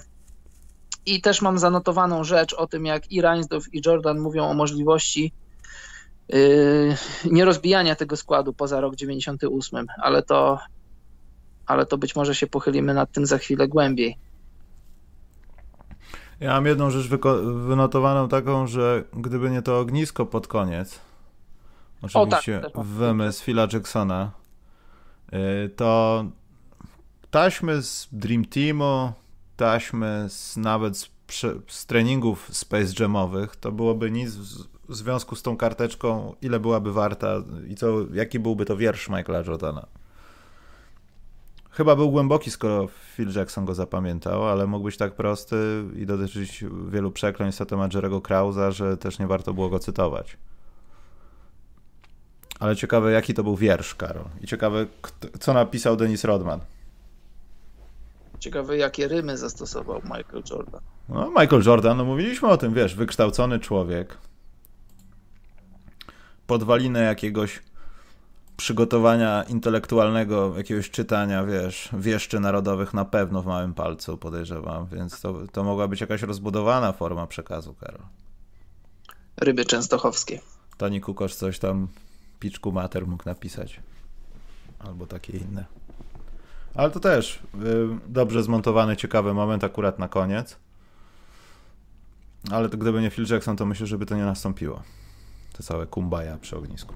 I też mam zanotowaną rzecz o tym, jak i Reinsdorf, i Jordan mówią o możliwości yy, nierozbijania tego składu poza rok dziewięćdziesiąty ósmy, ale to, ale to być może się pochylimy nad tym za chwilę głębiej. Ja mam jedną rzecz wynotowaną taką, że gdyby nie to ognisko pod koniec, oczywiście o, tak, wymysł Phila Jacksona, to taśmy z Dream Teamu, taśmy z, nawet z, z treningów Space Jamowych, to byłoby nic w związku z tą karteczką, ile byłaby warta i co, jaki byłby to wiersz Michaela Jordana. Chyba był głęboki, skoro Phil Jackson go zapamiętał, ale mógł być tak prosty i dotyczyć wielu przekleństw na temat Jerry'ego Krausa, że też nie warto było go cytować. Ale ciekawe, jaki to był wiersz, Karol. I ciekawe, kto, co napisał Dennis Rodman. Ciekawe, jakie rymy zastosował Michael Jordan. No, Michael Jordan, no mówiliśmy o tym, wiesz, wykształcony człowiek. Podwalinę jakiegoś przygotowania intelektualnego, jakiegoś czytania, wiesz, wieszczy narodowych na pewno w małym palcu, podejrzewam, więc to, to mogła być jakaś rozbudowana forma przekazu, Karol. Ryby częstochowskie. Toni Kukosz coś tam Piczku Mater mógł napisać. Albo takie inne. Ale to też y, dobrze zmontowany, ciekawy moment akurat na koniec. Ale to gdyby nie Phil Jackson, to myślę, żeby to nie nastąpiło. To całe kumbaya przy ognisku.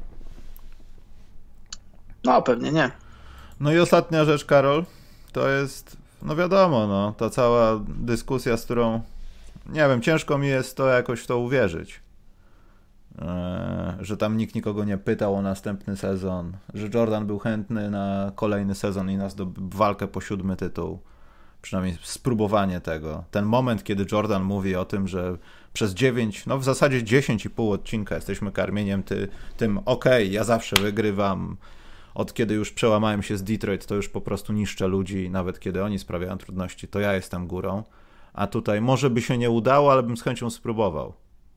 No, pewnie nie. No i ostatnia rzecz, Karol, to jest, no wiadomo, no, ta cała dyskusja, z którą, nie wiem, ciężko mi jest to jakoś w to uwierzyć. Eee, że tam nikt nikogo nie pytał o następny sezon, że Jordan był chętny na kolejny sezon i na walkę po siódmy tytuł. Przynajmniej spróbowanie tego. Ten moment, kiedy Jordan mówi o tym, że przez dziewięć, no w zasadzie dziesięć i pół odcinka jesteśmy karmieniem ty, tym okej, okay, ja zawsze wygrywam. Od kiedy już przełamałem się z Detroit, to już po prostu niszczę ludzi, nawet kiedy oni sprawiają trudności, to ja jestem górą. A tutaj może by się nie udało, ale bym z chęcią spróbował.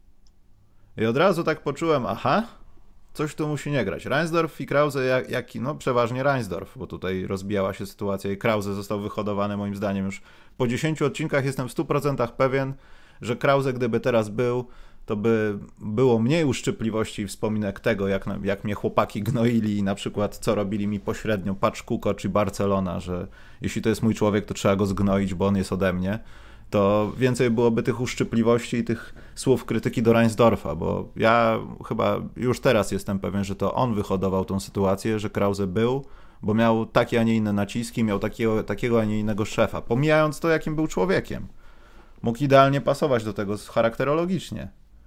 I od razu tak poczułem, aha, coś tu musi nie grać. Reinsdorf i Krause, jak, jak, no przeważnie Reinsdorf, bo tutaj rozbijała się sytuacja i Krause został wyhodowany moim zdaniem już po dziesięciu odcinkach. Jestem w stu procentach pewien, że Krause, gdyby teraz był, to by było mniej uszczypliwości i wspominek tego, jak, jak mnie chłopaki gnoili i na przykład co robili mi pośrednio Patch Kukoc czy Barcelona, że jeśli to jest mój człowiek, to trzeba go zgnoić, bo on jest ode mnie. To więcej byłoby tych uszczypliwości i tych słów krytyki do Reinsdorfa, bo ja chyba już teraz jestem pewien, że to on wyhodował tą sytuację, że Krause był, bo miał takie, a nie inne naciski, miał takiego, takiego, a nie innego szefa, pomijając to, jakim był człowiekiem. Mógł idealnie pasować do tego charakterologicznie.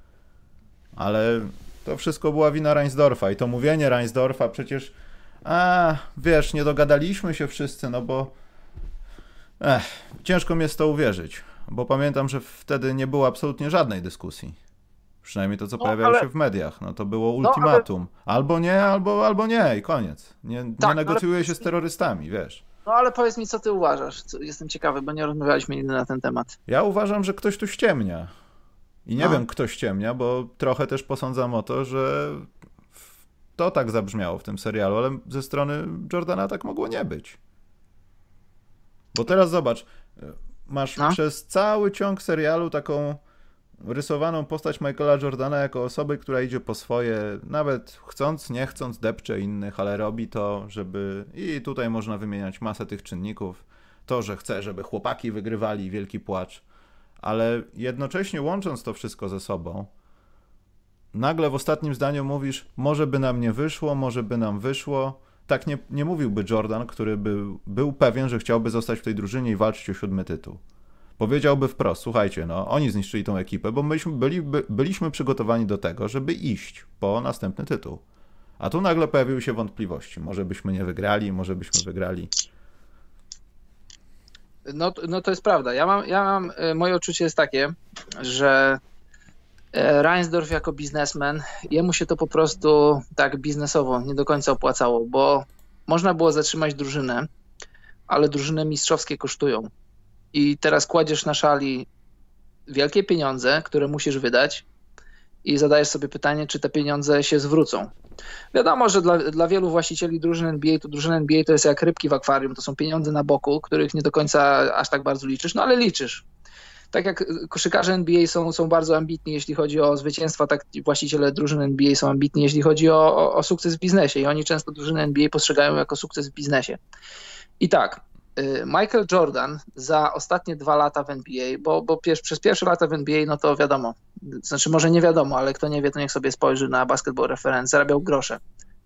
Ale to wszystko była wina Reinsdorfa i to mówienie Reinsdorfa przecież, a wiesz, nie dogadaliśmy się wszyscy, no bo ech, ciężko mi jest to uwierzyć, bo pamiętam, że wtedy nie było absolutnie żadnej dyskusji. Przynajmniej to, co no, pojawiało ale... się w mediach. No to było ultimatum. No, ale... Albo nie, albo, albo nie i koniec. Nie, tak, nie negocjuje ale... się z terrorystami, wiesz. No ale powiedz mi, co ty uważasz? Jestem ciekawy, bo nie rozmawialiśmy nigdy na ten temat. Ja uważam, że ktoś tu ściemnia. I nie no. wiem, kto ściemnia, bo trochę też posądzam o to, że to tak zabrzmiało w tym serialu, ale ze strony Jordana tak mogło nie być. Bo teraz zobacz, masz no. przez cały ciąg serialu taką rysowaną postać Michaela Jordana jako osoby, która idzie po swoje, nawet chcąc, nie chcąc, depcze innych, ale robi to, żeby... I tutaj można wymieniać masę tych czynników. To, że chce, żeby chłopaki wygrywali, wielki płacz. Ale jednocześnie łącząc to wszystko ze sobą, nagle w ostatnim zdaniu mówisz, może by nam nie wyszło, może by nam wyszło. Tak nie, nie mówiłby Jordan, który by, był pewien, że chciałby zostać w tej drużynie i walczyć o siódmy tytuł. Powiedziałby wprost, słuchajcie, no oni zniszczyli tą ekipę, bo myśmy byli, by, byliśmy przygotowani do tego, żeby iść po następny tytuł. A tu nagle pojawiły się wątpliwości. Może byśmy nie wygrali, może byśmy wygrali. No, no to jest prawda. Ja mam, ja mam, moje odczucie jest takie, że Reinsdorf jako biznesmen, jemu się to po prostu tak biznesowo nie do końca opłacało, bo można było zatrzymać drużynę, ale drużyny mistrzowskie kosztują. I teraz kładziesz na szali wielkie pieniądze, które musisz wydać i zadajesz sobie pytanie, czy te pieniądze się zwrócą. Wiadomo, że dla, dla wielu właścicieli drużyn N B A to drużyny N B A to jest jak rybki w akwarium, to są pieniądze na boku, których nie do końca aż tak bardzo liczysz, no ale liczysz. tak jak koszykarze N B A są, są bardzo ambitni, jeśli chodzi o zwycięstwa, tak właściciele drużyn N B A są ambitni, jeśli chodzi o, o, o sukces w biznesie i oni często drużyny N B A postrzegają jako sukces w biznesie. I tak, Michael Jordan za ostatnie dwa lata w N B A, bo, bo pier- przez pierwsze lata w N B A, no to wiadomo, znaczy może nie wiadomo, ale kto nie wie, to niech sobie spojrzy na Basketball Reference, zarabiał grosze.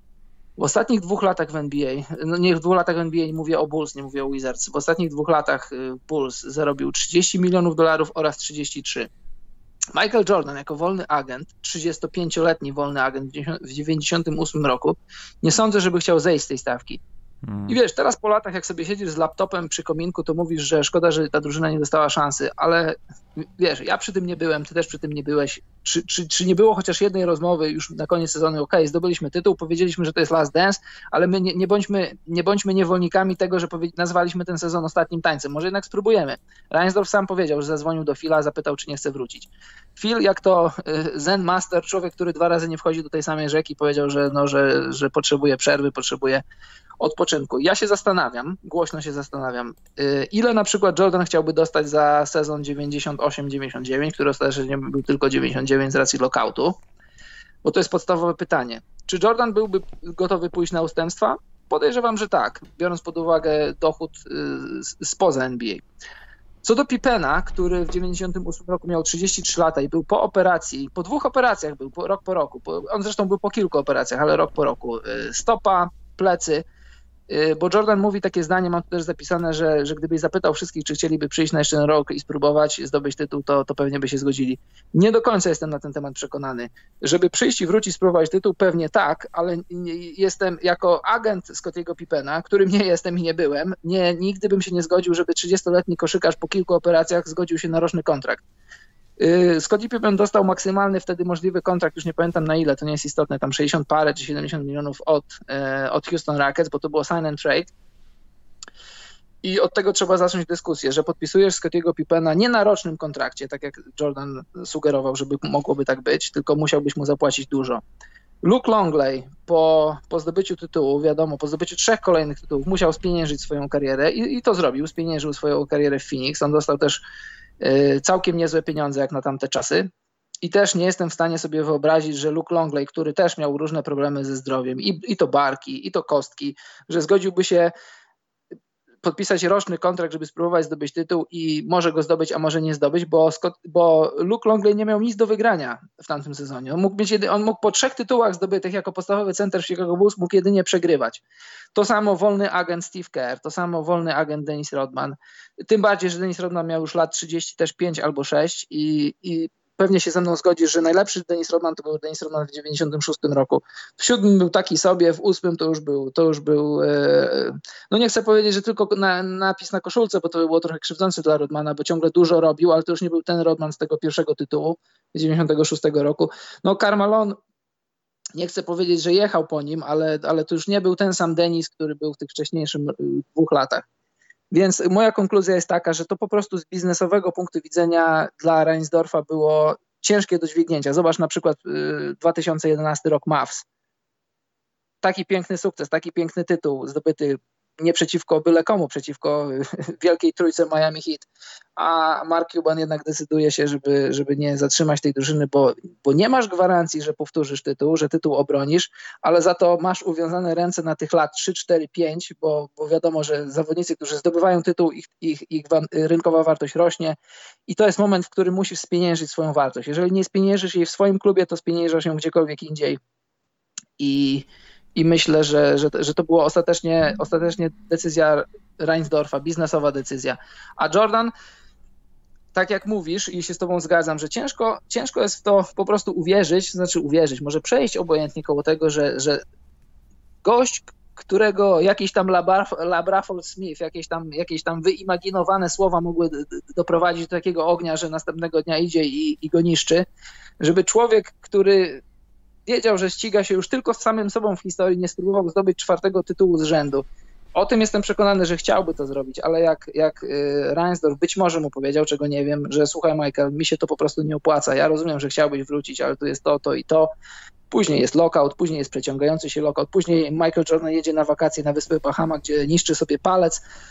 W ostatnich dwóch latach w N B A, no nie w dwóch latach w N B A, nie mówię o Bulls, nie mówię o Wizards, w ostatnich dwóch latach Bulls zarobił trzydzieści milionów dolarów oraz trzydzieści trzy. Michael Jordan jako wolny agent, trzydziestopięcioletni wolny agent w dziewięćdziesiątym ósmym roku, nie sądzę, żeby chciał zejść z tej stawki. I wiesz, teraz po latach, jak sobie siedzisz z laptopem przy kominku, to mówisz, że szkoda, że ta drużyna nie dostała szansy, ale wiesz, ja przy tym nie byłem, ty też przy tym nie byłeś. Czy, czy, czy nie było chociaż jednej rozmowy już na koniec sezonu, okej, zdobyliśmy tytuł, powiedzieliśmy, że to jest last dance, ale my nie, nie, bądźmy, nie bądźmy niewolnikami tego, że powie- nazwaliśmy ten sezon ostatnim tańcem. Może jednak spróbujemy. Reinsdorf sam powiedział, że zadzwonił do Phila, zapytał, czy nie chce wrócić. Phil, jak to zen master, człowiek, który dwa razy nie wchodzi do tej samej rzeki, powiedział, że, no, że, że potrzebuje przerwy, potrzebuje odpoczynku. Ja się zastanawiam, głośno się zastanawiam, ile na przykład Jordan chciałby dostać za sezon dziewięćdziesiąt osiem dziewięćdziesiąt dziewięć, który ostatecznie był tylko dziewięćdziesiąt dziewięć z racji lockoutu, bo to jest podstawowe pytanie. Czy Jordan byłby gotowy pójść na ustępstwa? Podejrzewam, że tak, biorąc pod uwagę dochód spoza N B A. Co do Pippena, który w dziewięćdziesiątym ósmym roku miał trzydzieści trzy lata i był po operacji, po dwóch operacjach był, po, rok po roku, po, on zresztą był po kilku operacjach, ale rok po roku, stopa, plecy, bo Jordan mówi takie zdanie, mam tu też zapisane, że, że gdybyś zapytał wszystkich, czy chcieliby przyjść na jeszcze ten rok i spróbować zdobyć tytuł, to, to pewnie by się zgodzili. Nie do końca jestem na ten temat przekonany. Żeby przyjść i wrócić, spróbować tytuł, pewnie tak, ale jestem jako agent Scottiego Pippena, którym nie jestem i nie byłem, nie, nigdy bym się nie zgodził, żeby trzydziestoletni koszykarz po kilku operacjach zgodził się na roczny kontrakt. Scottie Pippen dostał maksymalny wtedy możliwy kontrakt, już nie pamiętam na ile, to nie jest istotne, tam sześćdziesiąt parę czy siedemdziesiąt milionów od, od Houston Rockets, bo to było sign and trade. I od tego trzeba zacząć dyskusję, że podpisujesz Scottiego Pippena nie na rocznym kontrakcie, tak jak Jordan sugerował, żeby mogłoby tak być, tylko musiałbyś mu zapłacić dużo. Luke Longley po, po zdobyciu tytułu, wiadomo, po zdobyciu trzech kolejnych tytułów musiał spieniężyć swoją karierę i, i to zrobił, spieniężył swoją karierę w Phoenix. On dostał też całkiem niezłe pieniądze jak na tamte czasy i też nie jestem w stanie sobie wyobrazić, że Luke Longley, który też miał różne problemy ze zdrowiem i, i to barki, i to kostki, że zgodziłby się podpisać roczny kontrakt, żeby spróbować zdobyć tytuł i może go zdobyć, a może nie zdobyć, bo, Scott, bo Luke Longley nie miał nic do wygrania w tamtym sezonie. On mógł, mieć jedy, on mógł po trzech tytułach zdobytych jako podstawowy center w Chicago Bulls mógł jedynie przegrywać. To samo wolny agent Steve Kerr, to samo wolny agent Dennis Rodman. Tym bardziej, że Dennis Rodman miał już lat trzydzieści, też pięć albo sześć i, i pewnie się ze mną zgodzisz, że najlepszy Dennis Rodman to był Dennis Rodman w dziewięćdziesiątym szóstym roku. W siódmym był taki sobie, w ósmym to już był, to już był e, no nie chcę powiedzieć, że tylko na, napis na koszulce, bo to by było trochę krzywdzące dla Rodmana, bo ciągle dużo robił, ale to już nie był ten Rodman z tego pierwszego tytułu z dziewięćdziesiątego szóstego roku. No Karl Malone, nie chcę powiedzieć, że jechał po nim, ale, ale to już nie był ten sam Dennis, który był w tych wcześniejszych dwóch latach. Więc moja konkluzja jest taka, że to po prostu z biznesowego punktu widzenia dla Reinsdorfa było ciężkie do dźwignięcia. Zobacz na przykład dwa tysiące jedenasty rok Mavs. Taki piękny sukces, taki piękny tytuł zdobyty nie przeciwko byle komu, przeciwko wielkiej trójce Miami Heat, a Mark Cuban jednak decyduje się, żeby, żeby nie zatrzymać tej drużyny, bo, bo nie masz gwarancji, że powtórzysz tytuł, że tytuł obronisz, ale za to masz uwiązane ręce na tych lat trzy, cztery, pięć, bo, bo wiadomo, że zawodnicy, którzy zdobywają tytuł, ich, ich, ich rynkowa wartość rośnie i to jest moment, w którym musisz spieniężyć swoją wartość. Jeżeli nie spieniężysz jej w swoim klubie, to spieniężasz ją gdziekolwiek indziej i I myślę, że, że, że to była ostatecznie, ostatecznie decyzja Reinsdorfa, biznesowa decyzja. A Jordan, tak jak mówisz i się z tobą zgadzam, że ciężko, ciężko jest w to po prostu uwierzyć, znaczy uwierzyć, może przejść obojętnie koło tego, że, że gość, którego jakiś tam Labraford Smith, jakieś tam, jakieś tam wyimaginowane słowa mogły doprowadzić do takiego ognia, że następnego dnia idzie i, i go niszczy, żeby człowiek, który wiedział, że ściga się już tylko z samym sobą w historii, nie spróbował zdobyć czwartego tytułu z rzędu. O tym jestem przekonany, że chciałby to zrobić, ale jak, jak Reinsdorf być może mu powiedział, czego nie wiem, że słuchaj Michael, mi się to po prostu nie opłaca. Ja rozumiem, że chciałbyś wrócić, ale tu jest to, to i to. Później jest lockout, później jest przeciągający się lockout, później Michael Jordan jedzie na wakacje na wyspę Bahama, gdzie niszczy sobie palec.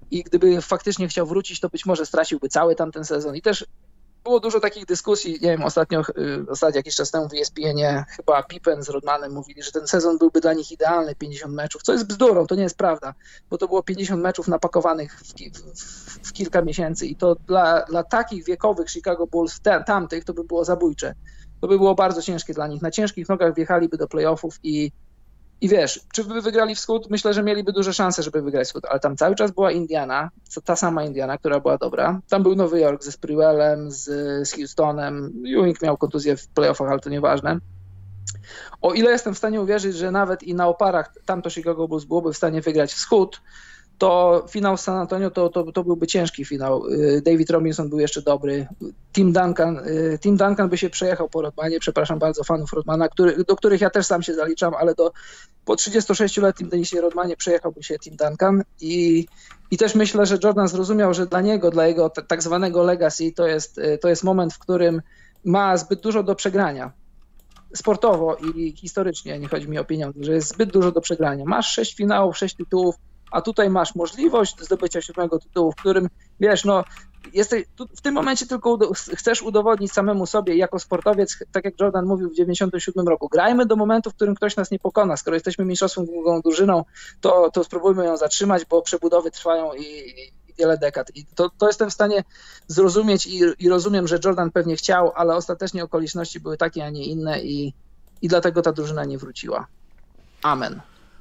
i gdyby faktycznie chciał wrócić, to być może straciłby cały tamten sezon. I też było dużo takich dyskusji, nie wiem, ostatnio, ostatnio jakiś czas temu w E S P N ie chyba Pippen z Rodmanem mówili, że ten sezon byłby dla nich idealny, pięćdziesiąt meczów, co jest bzdurą, to nie jest prawda, bo to było pięćdziesiąt meczów napakowanych w, w, w kilka miesięcy i to dla, dla takich wiekowych Chicago Bulls te, tamtych to by było zabójcze. To by było bardzo ciężkie dla nich. Na ciężkich nogach wjechaliby do playoffów i I wiesz, czy by wygrali wschód? Myślę, że mieliby duże szanse, żeby wygrać wschód, ale tam cały czas była Indiana, ta sama Indiana, która była dobra. Tam był Nowy Jork ze Sprewellem, z, z Houstonem. Ewing miał kontuzję w playoffach, ale to nieważne. O ile jestem w stanie uwierzyć, że nawet i na oparach tamto Chicago Bulls byłoby w stanie wygrać wschód, to finał z San Antonio to, to, to byłby ciężki finał. David Robinson był jeszcze dobry. Tim Duncan, Tim Duncan by się przejechał po Rodmanie, przepraszam bardzo fanów Rodmana, który, do których ja też sam się zaliczam, ale do, po trzydziestosześcioletnim Denisie Rodmanie przejechałby się Tim Duncan i, i też myślę, że Jordan zrozumiał, że dla niego, dla jego t- tak zwanego legacy to jest, to jest moment, w którym ma zbyt dużo do przegrania. Sportowo i historycznie, nie chodzi mi o pieniądze, że jest zbyt dużo do przegrania. Masz sześć finałów, sześć tytułów, a tutaj masz możliwość zdobycia siódmego tytułu, w którym, wiesz, no, jesteś, tu, w tym momencie tylko udo- chcesz udowodnić samemu sobie jako sportowiec, tak jak Jordan mówił w dziewięćdziesiątym siódmym roku, grajmy do momentu, w którym ktoś nas nie pokona. Skoro jesteśmy mistrzostwową drużyną, to, to spróbujmy ją zatrzymać, bo przebudowy trwają i, i wiele dekad. I to, to jestem w stanie zrozumieć i, i rozumiem, że Jordan pewnie chciał, ale ostatecznie okoliczności były takie, a nie inne i, i dlatego ta drużyna nie wróciła. Amen.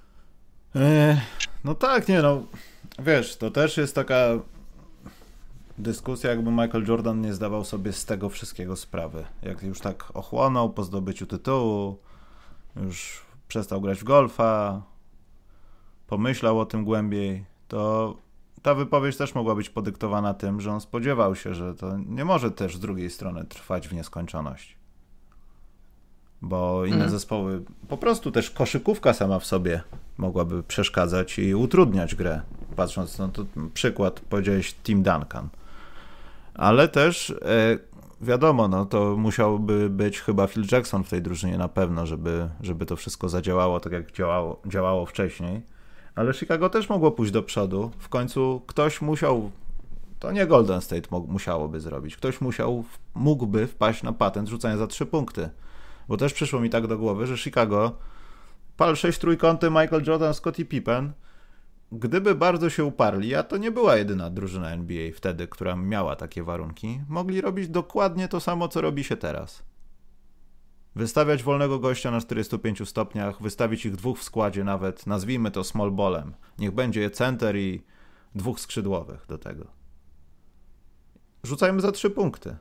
No tak, nie no, wiesz, to też jest taka dyskusja, jakby Michael Jordan nie zdawał sobie z tego wszystkiego sprawy. Jak już tak ochłonął po zdobyciu tytułu, już przestał grać w golfa, pomyślał o tym głębiej, to ta wypowiedź też mogła być podyktowana tym, że on spodziewał się, że to nie może też z drugiej strony trwać w nieskończoność. Bo inne mm. zespoły, po prostu też koszykówka sama w sobie mogłaby przeszkadzać i utrudniać grę. Patrząc, no to przykład, powiedziałeś Tim Duncan. Ale też e, wiadomo, no to musiałby być chyba Phil Jackson w tej drużynie na pewno, żeby, żeby to wszystko zadziałało tak jak działało, działało wcześniej. Ale Chicago też mogło pójść do przodu. W końcu ktoś musiał, to nie Golden State mo- musiałoby zrobić, ktoś musiał, mógłby wpaść na patent rzucania za trzy punkty. Bo też przyszło mi tak do głowy, że Chicago, pal sześć trójkąty, Michael Jordan, Scottie Pippen, gdyby bardzo się uparli, a to nie była jedyna drużyna N B A wtedy, która miała takie warunki, mogli robić dokładnie to samo, co robi się teraz. Wystawiać wolnego gościa na czterdziestu pięciu stopniach, wystawić ich dwóch w składzie nawet, nazwijmy to small ballem. Niech będzie center i dwóch skrzydłowych do tego. Rzucajmy za trzy punkty.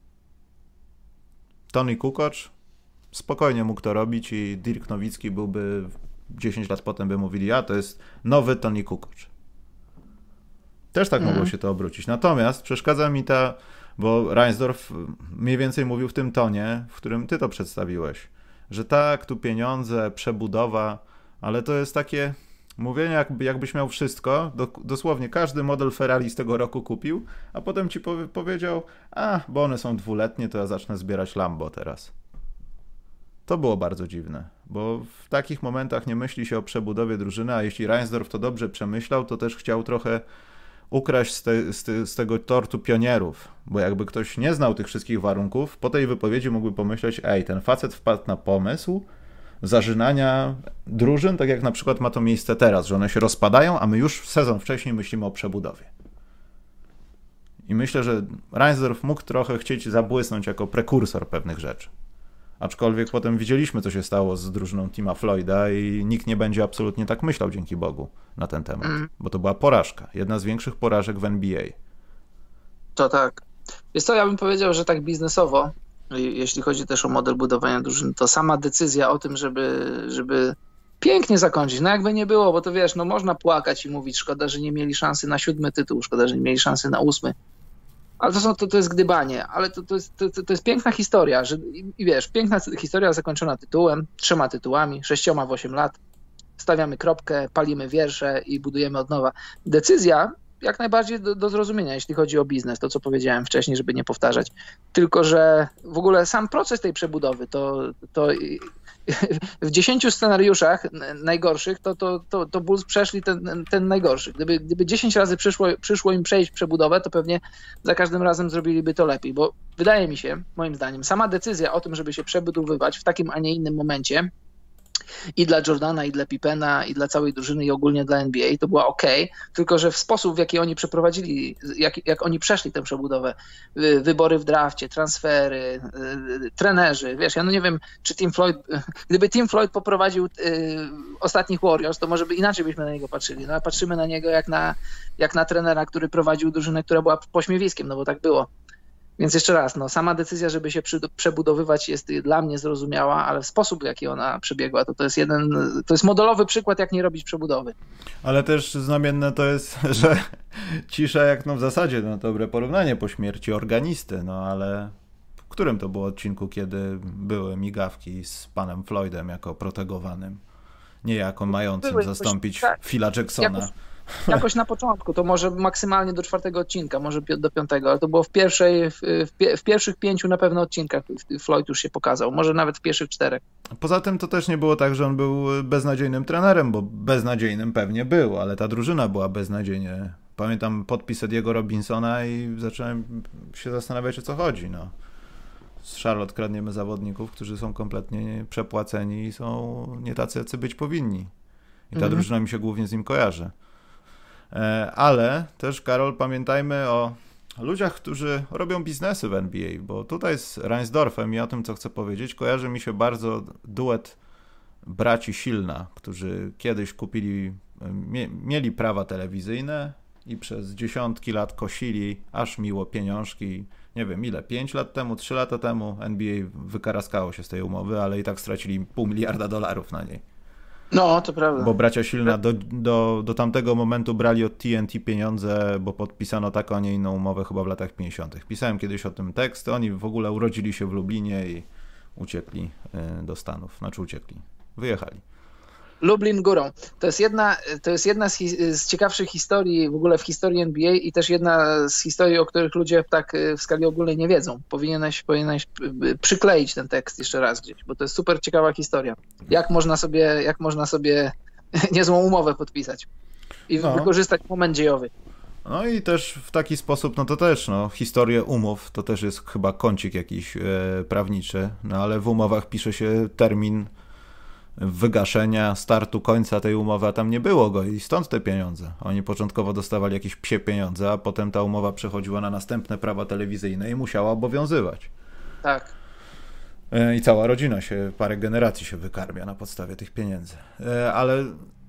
Tony Kukoc spokojnie mógł to robić i Dirk Nowicki byłby dziesięć lat potem by mówili, a to jest nowy Tony Kukoc. Też tak mm. mogło się to obrócić. Natomiast przeszkadza mi ta, bo Reinsdorf mniej więcej mówił w tym tonie, w którym ty to przedstawiłeś, że tak, tu pieniądze, przebudowa, ale to jest takie mówienie, jakby, jakbyś miał wszystko, do, dosłownie każdy model Ferrari z tego roku kupił, a potem ci powie, powiedział, a, bo one są dwuletnie, to ja zacznę zbierać Lambo teraz. To było bardzo dziwne, bo w takich momentach nie myśli się o przebudowie drużyny, a jeśli Reinsdorf to dobrze przemyślał, to też chciał trochę ukraść z, te, z, te, z tego tortu pionierów, bo jakby ktoś nie znał tych wszystkich warunków, po tej wypowiedzi mógłby pomyśleć, ej, ten facet wpadł na pomysł zażynania drużyn, tak jak na przykład ma to miejsce teraz, że one się rozpadają, a my już sezon wcześniej myślimy o przebudowie. I myślę, że Reinsdorf mógł trochę chcieć zabłysnąć jako prekursor pewnych rzeczy. Aczkolwiek potem widzieliśmy, co się stało z drużyną Tima Floyda i nikt nie będzie absolutnie tak myślał, dzięki Bogu, na ten temat. Mm. Bo to była porażka. Jedna z większych porażek w N B A. To tak. Wiesz co, ja bym powiedział, że tak biznesowo, jeśli chodzi też o model budowania drużyny, to sama decyzja o tym, żeby, żeby pięknie zakończyć, no jakby nie było, bo to wiesz, no można płakać i mówić, szkoda, że nie mieli szansy na siódmy tytuł, szkoda, że nie mieli szansy na ósmy. Ale to, są, to, to jest gdybanie, ale to, to, jest, to, to jest piękna historia, że, i, i wiesz, piękna historia zakończona tytułem, trzema tytułami, sześcioma w osiem lat, stawiamy kropkę, palimy wiersze i budujemy od nowa. Decyzja jak najbardziej do, do zrozumienia, jeśli chodzi o biznes, to co powiedziałem wcześniej, żeby nie powtarzać, tylko że w ogóle sam proces tej przebudowy, to, to w dziesięciu scenariuszach najgorszych, to, to, to, to Bulls przeszli ten, ten najgorszy. Gdyby, gdyby dziesięć razy przyszło, przyszło im przejść przebudowę, to pewnie za każdym razem zrobiliby to lepiej, bo wydaje mi się, moim zdaniem, sama decyzja o tym, żeby się przebudowywać w takim, a nie innym momencie i dla Jordana, i dla Pippena, i dla całej drużyny, i ogólnie dla N B A, to była ok, tylko że w sposób, w jaki oni przeprowadzili, jak, jak oni przeszli tę przebudowę, wybory w drafcie, transfery, trenerzy, wiesz, ja no nie wiem, czy Tim Floyd, gdyby Tim Floyd poprowadził y, ostatnich Warriors, to może by inaczej byśmy na niego patrzyli, no a patrzymy na niego jak na, jak na trenera, który prowadził drużynę, która była pośmiewiskiem, no bo tak było. Więc jeszcze raz, no, sama decyzja, żeby się przy, przebudowywać jest dla mnie zrozumiała, ale sposób, w jaki ona przebiegła, to, to jest jeden, to jest modelowy przykład, jak nie robić przebudowy. Ale też znamienne to jest, że cisza jak no w zasadzie, no dobre porównanie po śmierci organisty, no ale w którym to było odcinku, kiedy były migawki z panem Floydem jako protegowanym, nie jako mającym były, zastąpić tak, Phila Jacksona? Jakoś... Jakoś na początku, to może maksymalnie do czwartego odcinka, może do piątego, ale to było w pierwszej, w, w pierwszych pięciu na pewno odcinkach Floyd już się pokazał, może nawet w pierwszych czterech. Poza tym to też nie było tak, że on był beznadziejnym trenerem, bo beznadziejnym pewnie był, ale ta drużyna była beznadziejnie. Pamiętam podpis Ediego Robinsona i zacząłem się zastanawiać, o co chodzi. No. Z Charlotte kradniemy zawodników, którzy są kompletnie przepłaceni i są nie tacy, jacy być powinni. I ta mhm. drużyna mi się głównie z nim kojarzy. Ale też, Karol, pamiętajmy o ludziach, którzy robią biznesy w N B A, bo tutaj z Reinsdorfem i o tym, co chcę powiedzieć, kojarzy mi się bardzo duet braci Silna, którzy kiedyś kupili, mie, mieli prawa telewizyjne i przez dziesiątki lat kosili aż miło pieniążki. Nie wiem ile, pięć lat temu, trzy lata temu N B A wykaraskało się z tej umowy, ale i tak stracili pół miliarda dolarów na niej. No, to prawda. Bo bracia Silna do, do, do tamtego momentu brali od T N T pieniądze, bo podpisano taką, a nie inną umowę chyba w latach pięćdziesiątych. Pisałem kiedyś o tym tekst, oni w ogóle urodzili się w Lublinie i uciekli do Stanów. Znaczy uciekli, wyjechali. Lublin górą. To jest jedna, to jest jedna z, hi- z ciekawszych historii w ogóle w historii N B A i też jedna z historii, o których ludzie tak w skali ogólnej nie wiedzą. Powinieneś, powinieneś przykleić ten tekst jeszcze raz gdzieś, bo to jest super ciekawa historia. Jak można sobie, jak można sobie niezłą umowę podpisać i no. wykorzystać moment dziejowy. No i też w taki sposób, no to też, no, historię umów, to też jest chyba kącik jakiś e, prawniczy, no ale w umowach pisze się termin wygaszenia, startu, końca tej umowy, a tam nie było go i stąd te pieniądze. Oni początkowo dostawali jakieś psie pieniądze, a potem ta umowa przechodziła na następne prawa telewizyjne i musiała obowiązywać. Tak. I cała rodzina się, parę generacji się wykarmia na podstawie tych pieniędzy. Ale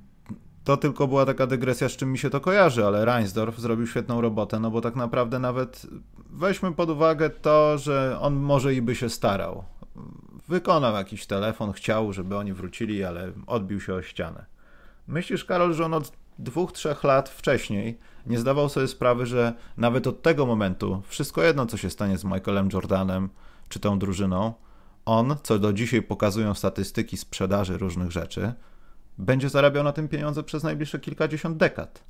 to tylko była taka dygresja, z czym mi się to kojarzy, ale Reinsdorf zrobił świetną robotę, no bo tak naprawdę nawet weźmy pod uwagę to, że on może i by się starał. Wykonał jakiś telefon, chciał, żeby oni wrócili, ale odbił się o ścianę. Myślisz, Karol, że on od dwóch, trzech lat wcześniej nie zdawał sobie sprawy, że nawet od tego momentu wszystko jedno, co się stanie z Michaelem Jordanem czy tą drużyną, on, co do dzisiaj pokazują statystyki sprzedaży różnych rzeczy, będzie zarabiał na tym pieniądze przez najbliższe kilkadziesiąt dekad.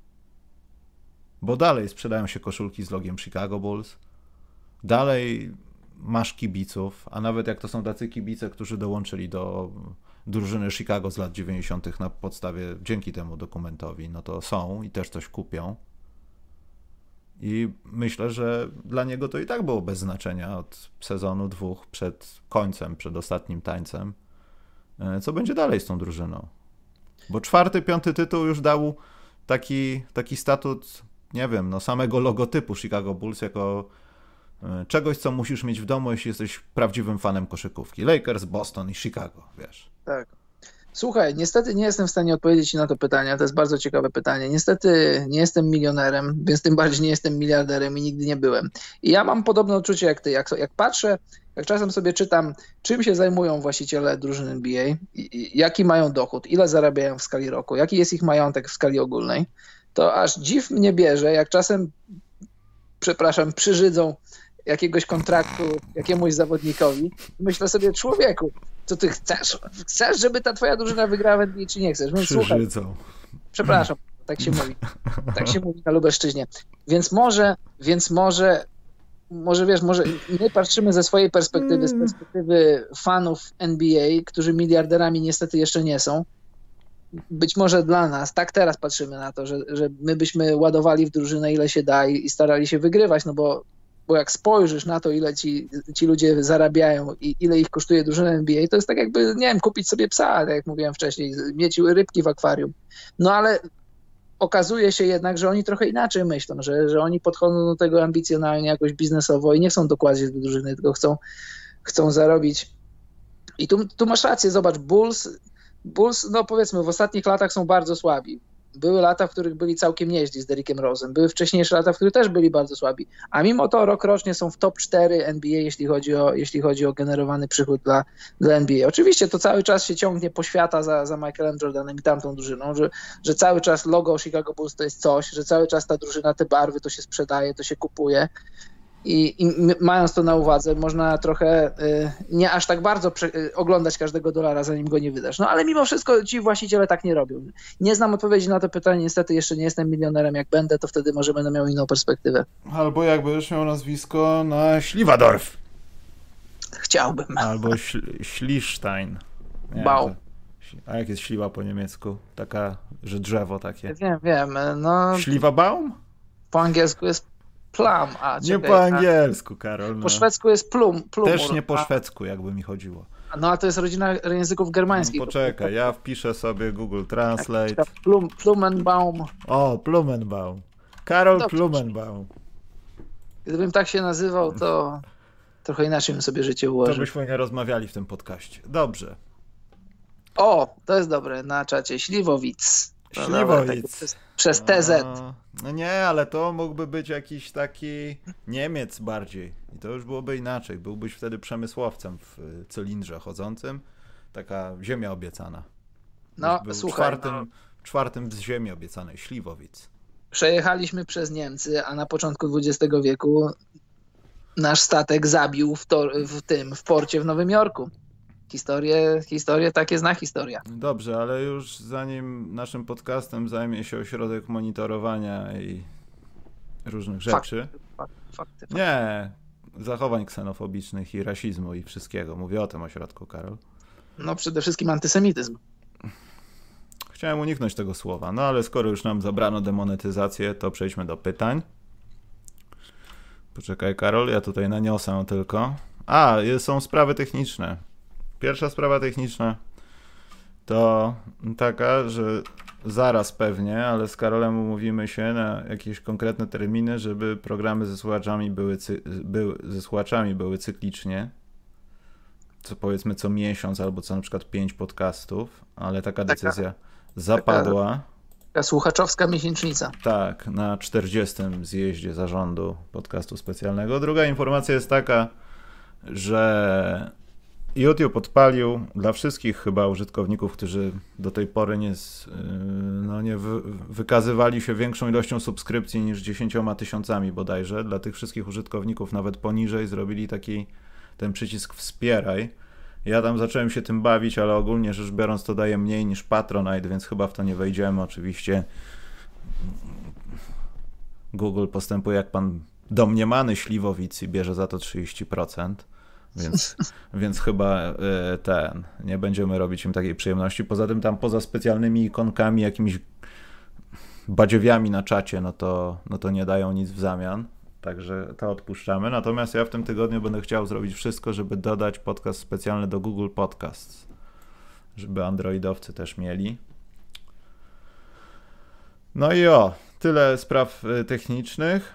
Bo dalej sprzedają się koszulki z logiem Chicago Bulls, dalej masz kibiców, a nawet jak to są tacy kibice, którzy dołączyli do drużyny Chicago z lat dziewięćdziesiątych na podstawie, dzięki temu dokumentowi, no to są i też coś kupią. I myślę, że dla niego to i tak było bez znaczenia od sezonu dwóch przed końcem, przed ostatnim tańcem, co będzie dalej z tą drużyną. Bo czwarty, piąty tytuł już dał taki, taki statut, nie wiem, no samego logotypu Chicago Bulls jako czegoś, co musisz mieć w domu, jeśli jesteś prawdziwym fanem koszykówki. Lakers, Boston i Chicago, wiesz. Tak. Słuchaj, niestety nie jestem w stanie odpowiedzieć na to pytanie, to jest bardzo ciekawe pytanie. Niestety nie jestem milionerem, więc tym bardziej nie jestem miliarderem i nigdy nie byłem. I ja mam podobne odczucie jak ty. Jak, jak patrzę, jak czasem sobie czytam, czym się zajmują właściciele drużyn N B A, i, i, jaki mają dochód, ile zarabiają w skali roku, jaki jest ich majątek w skali ogólnej, to aż dziw mnie bierze, jak czasem, przepraszam, przyżydzą jakiegoś kontraktu jakiemuś zawodnikowi. Myślę sobie, człowieku, co ty chcesz? Chcesz, żeby ta twoja drużyna wygrała w N B A, czy nie chcesz? Więc słuchaj, przepraszam, tak się mówi. Tak się mówi na Lubelszczyźnie. Więc może, więc może może wiesz, może my patrzymy ze swojej perspektywy, z perspektywy fanów N B A, którzy miliarderami niestety jeszcze nie są. Być może dla nas, tak teraz patrzymy na to, że, że my byśmy ładowali w drużynę ile się da i, i starali się wygrywać, no bo, bo jak spojrzysz na to, ile ci, ci ludzie zarabiają i ile ich kosztuje drużyna N B A, to jest tak jakby, nie wiem, kupić sobie psa, tak jak mówiłem wcześniej, mieć rybki w akwarium. No ale okazuje się jednak, że oni trochę inaczej myślą, że, że oni podchodzą do tego ambicjonalnie, jakoś biznesowo i nie chcą dokładać do drużyny, tylko chcą, chcą zarobić. I tu, tu masz rację, zobacz, Bulls, Bulls, no powiedzmy, w ostatnich latach są bardzo słabi. Były lata, w których byli całkiem nieźli z Derrickiem Rose'em. Były wcześniejsze lata, w których też byli bardzo słabi. A mimo to rok rocznie są w top cztery N B A, jeśli chodzi o, jeśli chodzi o generowany przychód dla, dla N B A. Oczywiście to cały czas się ciągnie po świata za, za Michaelem Jordanem i tamtą drużyną, że, że cały czas logo Chicago Bulls to jest coś, że cały czas ta drużyna, te barwy, to się sprzedaje, to się kupuje. I, i mając to na uwadze, można trochę y, nie aż tak bardzo prze, y, oglądać każdego dolara, zanim go nie wydasz. No ale mimo wszystko ci właściciele tak nie robią. Nie znam odpowiedzi na to pytanie, niestety jeszcze nie jestem milionerem. Jak będę, to wtedy może będę miał inną perspektywę. Albo jakbyś miał nazwisko na Śliwadorf. Chciałbym. Albo śl- Schliestein. Nie, Baum. A jak jest śliwa po niemiecku? Taka, że drzewo takie. Wiem, wiem. No, Śliwabaum? po angielsku jest plum. A, nie czekaj, po angielsku, Karol. No. Po szwedzku jest plum. plumur. Też nie po szwedzku, jakby mi chodziło. No a to jest rodzina języków germańskich. No, poczekaj, ja wpiszę sobie Google Translate. Plum, Plumenbaum. O, Plumenbaum. Karol Dobrze. Plumenbaum. Gdybym tak się nazywał, to trochę inaczej bym sobie życie ułożył. To byśmy nie rozmawiali w tym podcaście. Dobrze. O, to jest dobre na czacie. Śliwowic. No Śliwowic. dobra, tak przez, przez T Z. No, no nie, ale to mógłby być jakiś taki Niemiec bardziej. I to już byłoby inaczej. Byłbyś wtedy przemysłowcem w cylindrze chodzącym. Taka ziemia obiecana. No, był słuchaj. Czwartym, No, czwartym z ziemi obiecanej, Śliwowic. przejechaliśmy przez Niemcy, a na początku dwudziestego wieku nasz statek zabił w, tor, w tym, w porcie w Nowym Jorku. Historię, historię takie zna historia. Dobrze, ale już zanim naszym podcastem zajmie się ośrodek monitorowania i różnych rzeczy. Fakty, fakty, fakty. Nie, zachowań ksenofobicznych i rasizmu i wszystkiego. Mówię o tym ośrodku, Karol. No przede wszystkim antysemityzm. Chciałem uniknąć tego słowa, no ale skoro już nam zabrano demonetyzację, to przejdźmy do pytań. Poczekaj, Karol, ja tutaj naniosę tylko. A, są sprawy techniczne. Pierwsza sprawa techniczna to taka, że zaraz pewnie, ale z Karolem umówimy się na jakieś konkretne terminy, żeby programy ze słuchaczami były, cy- były, ze słuchaczami były cyklicznie. Co powiedzmy co miesiąc albo co na przykład pięć podcastów, ale taka decyzja taka, zapadła. Taka, taka słuchaczowska miesięcznica. Tak, na czterdziestym zjeździe zarządu podcastu specjalnego. Druga informacja jest taka, że YouTube odpalił dla wszystkich chyba użytkowników, którzy do tej pory nie, no nie wy, wykazywali się większą ilością subskrypcji niż dziesięcioma tysiącami bodajże. Dla tych wszystkich użytkowników nawet poniżej zrobili taki ten przycisk wspieraj. Ja tam zacząłem się tym bawić, ale ogólnie rzecz biorąc to daje mniej niż Patronite, więc chyba w to nie wejdziemy. Oczywiście Google postępuje jak pan domniemany Śliwowic i bierze za to trzydzieści procent. Więc, więc chyba y, ten, nie będziemy robić im takiej przyjemności. Poza tym tam poza specjalnymi ikonkami, jakimiś badziewiami na czacie, no to, no to nie dają nic w zamian. Także to odpuszczamy. Natomiast ja w tym tygodniu będę chciał zrobić wszystko, żeby dodać podcast specjalny do Google Podcasts. Żeby androidowcy też mieli. No i o, tyle spraw technicznych.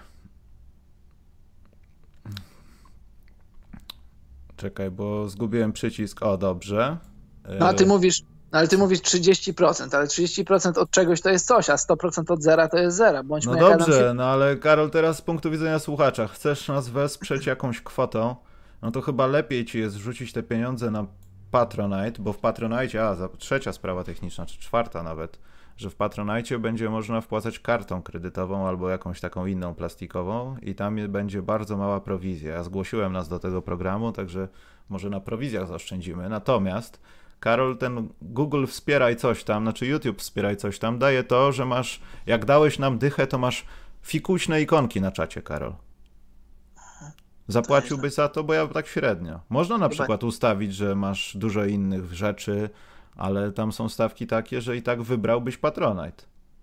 Czekaj, bo zgubiłem przycisk. O, dobrze. No a ty mówisz, ale ty mówisz trzydzieści procent, ale trzydzieści procent od czegoś to jest coś, a sto procent od zera to jest zera. Bądźmy no dobrze, się... no ale Karol, teraz z punktu widzenia słuchacza, chcesz nas wesprzeć jakąś kwotą, no to chyba lepiej ci jest wrzucić te pieniądze na Patronite, bo w Patronite, a za, trzecia sprawa techniczna, czy czwarta nawet, że w Patronite będzie można wpłacać kartą kredytową albo jakąś taką inną plastikową i tam będzie bardzo mała prowizja. Ja zgłosiłem nas do tego programu, także może na prowizjach zaoszczędzimy. Natomiast Karol, ten Google wspieraj coś tam, znaczy YouTube wspieraj coś tam, daje to, że masz, jak dałeś nam dychę, to masz fikuśne ikonki na czacie, Karol. Zapłaciłbyś za to, bo ja tak średnio. Można na przykład ustawić, że masz dużo innych rzeczy, ale tam są stawki takie, że i tak wybrałbyś Patronite.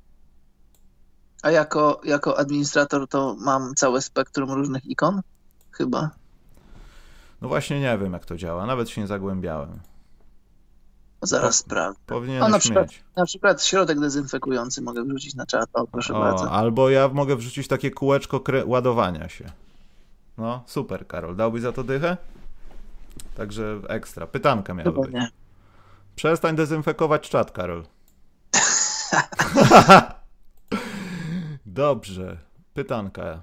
A jako, jako administrator to mam całe spektrum różnych ikon? Chyba. No właśnie nie wiem, jak to działa. Nawet się nie zagłębiałem. Zaraz po, sprawdzę. Powinieneś o, na przykład, mieć. Na przykład środek dezynfekujący mogę wrzucić na czat. O, proszę o, bardzo. Albo ja mogę wrzucić takie kółeczko kre- ładowania się. No, super, Karol. Dałbyś za to dychę? Także ekstra. Pytanka miała być. Nie. Przestań dezynfekować czat, Karol. Dobrze. Pytanka.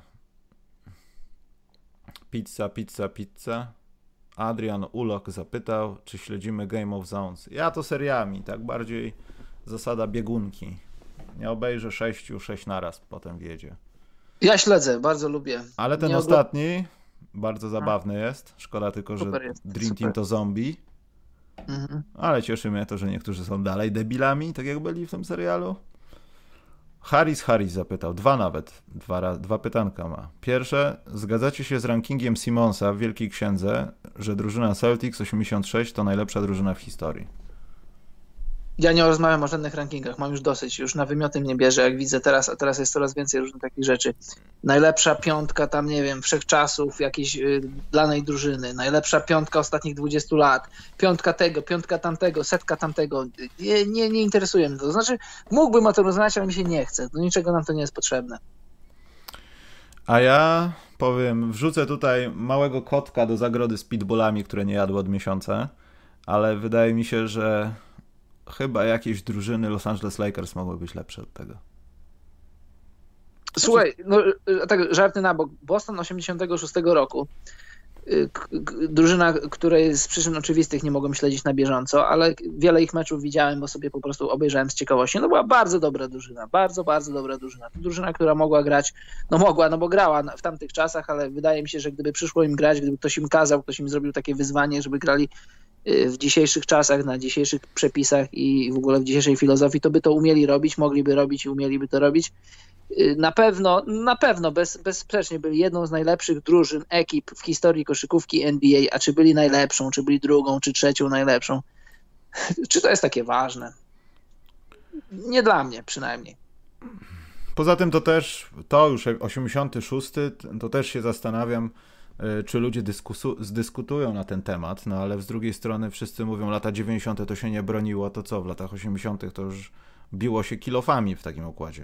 Pizza, pizza, pizza. Adrian Ulok zapytał, czy śledzimy Game of Thrones. Ja to seriami, tak bardziej zasada biegunki. Nie obejrzę sześciu, sześć naraz, potem wiedzie. Ja śledzę, bardzo lubię. Ale ten Nie ostatni ogl... bardzo zabawny jest. Szkoda tylko, że jest, Dream super. Team to zombie. Mhm. Ale cieszy mnie to, że niektórzy są dalej debilami, tak jak byli w tym serialu. Harris Harris zapytał, dwa nawet, dwa, dwa pytanka ma. Pierwsze, zgadzacie się z rankingiem Simonsa w Wielkiej Księdze, że drużyna Celtics osiemdziesiąt sześć to najlepsza drużyna w historii? Ja nie rozmawiam o żadnych rankingach, mam już dosyć, już na wymioty mnie bierze, jak widzę teraz, a teraz jest coraz więcej różnych takich rzeczy. Najlepsza piątka tam, nie wiem, wszechczasów jakiejś y, danej drużyny, najlepsza piątka ostatnich dwudziestu lat, piątka tego, piątka tamtego, setka tamtego, nie, nie, nie interesuje mnie to. To znaczy, mógłbym o tym rozmawiać, ale mi się nie chce, do niczego nam to nie jest potrzebne. A ja powiem, wrzucę tutaj małego kotka do zagrody z pitbullami, które nie jadły od miesiąca, ale wydaje mi się, że chyba jakieś drużyny Los Angeles Lakers mogły być lepsze od tego. Słuchaj, no tak żarty na bok. Boston osiemdziesiątego szóstego roku. Drużyna, której z przyczyn oczywistych nie mogłem śledzić na bieżąco, ale wiele ich meczów widziałem, bo sobie po prostu obejrzałem z ciekawości. No była bardzo dobra drużyna, bardzo, bardzo dobra drużyna. Drużyna, która mogła grać, no mogła, no bo grała w tamtych czasach, ale wydaje mi się, że gdyby przyszło im grać, gdyby ktoś im kazał, ktoś im zrobił takie wyzwanie, żeby grali w dzisiejszych czasach, na dzisiejszych przepisach i w ogóle w dzisiejszej filozofii, to by to umieli robić, mogliby robić i umieliby to robić. Na pewno, na pewno, bez, bezsprzecznie byli jedną z najlepszych drużyn, ekip w historii koszykówki N B A, a czy byli najlepszą, czy byli drugą, czy trzecią najlepszą? Czy to jest takie ważne? Nie dla mnie przynajmniej. Poza tym to też, to już osiemdziesiąty szósty, to też się zastanawiam, czy ludzie dyskusu- zdyskutują na ten temat, no ale z drugiej strony wszyscy mówią, lata dziewięćdziesiąte to się nie broniło, to co, w latach osiemdziesiątych to już biło się kilofami w takim układzie.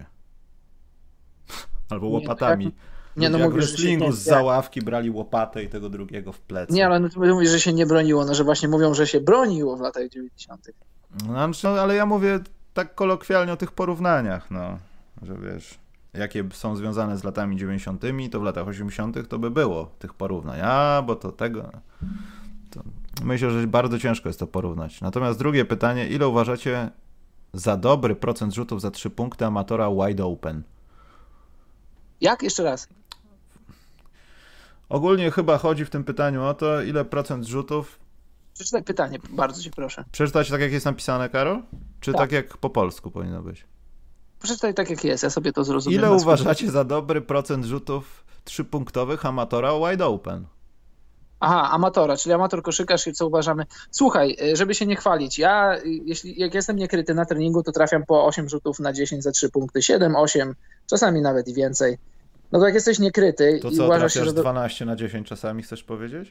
Albo łopatami. Nie, nie, no jak mówisz, w wrestlingu z załawki brali łopatę i tego drugiego w plecy. Nie, ale no ty mówisz, że się nie broniło, no że właśnie mówią, że się broniło w latach dziewięćdziesiątych. No, no ale ja mówię tak kolokwialnie o tych porównaniach, no, że wiesz, jakie są związane z latami dziewięćdziesiątymi, to w latach osiemdziesiątych to by było tych porównań, a bo to tego... To myślę, że bardzo ciężko jest to porównać. Natomiast drugie pytanie, ile uważacie za dobry procent rzutów za trzy punkty amatora wide open? Jak? Jeszcze raz. Ogólnie chyba chodzi w tym pytaniu o to, ile procent rzutów... Przeczytaj pytanie, bardzo cię proszę. Przeczytać tak, jak jest napisane, Karol? Czy tak, tak jak po polsku powinno być? Przeczytaj tak, jak jest, ja sobie to zrozumiem. Ile uważacie za dobry procent rzutów trzypunktowych amatora wide open? Aha, amatora, czyli amator koszykarz, co uważamy. Słuchaj, żeby się nie chwalić, ja jeśli jak jestem niekryty na treningu, to trafiam po osiem rzutów na dziesięć za trzy punkty, siedem, osiem, czasami nawet i więcej. No to jak jesteś niekryty to i co, uważasz się, że... że... dwanaście na dziesięć czasami chcesz powiedzieć?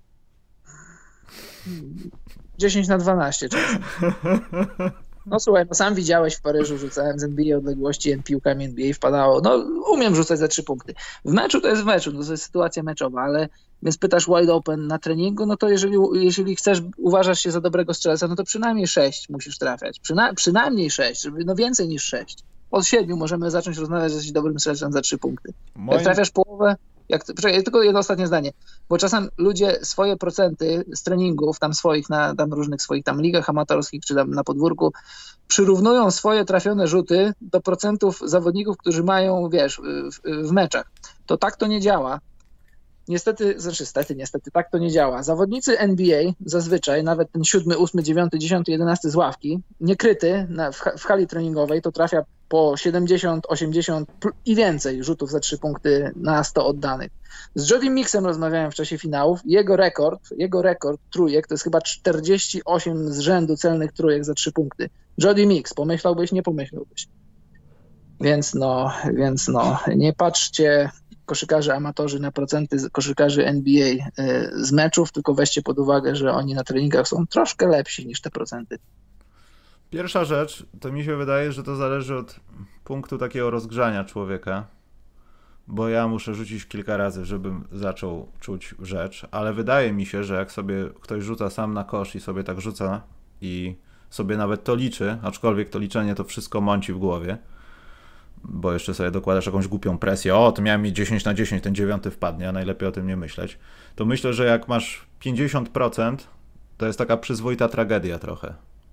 dziesięć na dwanaście czasem. No słuchaj, no sam widziałeś, w Paryżu rzucałem z N B A odległości piłkami N B A wpadało. No umiem rzucać za trzy punkty. W meczu to jest w meczu, no to jest sytuacja meczowa, ale więc pytasz wide open na treningu, no to jeżeli, jeżeli chcesz, uważasz się za dobrego strzelca, no to przynajmniej sześć musisz trafiać. Przyna, przynajmniej sześć, żeby no więcej niż sześć. Od siedmiu możemy zacząć rozmawiać, że jesteś dobrym strzelcem za trzy punkty. Moim... Jak trafiasz połowę, jak, czekaj, tylko jedno ostatnie zdanie, bo czasem ludzie swoje procenty z treningów, tam swoich, na tam różnych swoich tam ligach amatorskich, czy tam na podwórku, przyrównują swoje trafione rzuty do procentów zawodników, którzy mają, wiesz, w, w meczach. To tak to nie działa. niestety, znaczy niestety, niestety, tak to nie działa. Zawodnicy N B A zazwyczaj, nawet ten siódmy, ósmy, dziewiąty, dziesiąty, jedenasty z ławki, niekryty na, w, w hali treningowej, to trafia po siedemdziesiąt, osiemdziesiąt i więcej rzutów za trzy punkty na sto oddanych. Z Jody Mixem rozmawiałem w czasie finałów. Jego rekord, jego rekord trójek to jest chyba czterdzieści osiem z rzędu celnych trójek za trzy punkty. Jody Mix, pomyślałbyś, nie pomyślałbyś. Więc no, więc no, nie patrzcie koszykarzy amatorzy na procenty koszykarzy N B A z meczów, tylko weźcie pod uwagę, że oni na treningach są troszkę lepsi niż te procenty. Pierwsza rzecz, to mi się wydaje, że to zależy od punktu takiego rozgrzania człowieka, bo ja muszę rzucić kilka razy, żebym zaczął czuć rzecz, ale wydaje mi się, że jak sobie ktoś rzuca sam na kosz i sobie tak rzuca i sobie nawet to liczy, aczkolwiek to liczenie to wszystko mąci w głowie, bo jeszcze sobie dokładasz jakąś głupią presję, o, to miałem mieć dziesięć na dziesięć, ten dziewiąty wpadnie, a najlepiej o tym nie myśleć, to myślę, że jak masz pięćdziesiąt procent, to jest taka przyzwoita tragedia trochę.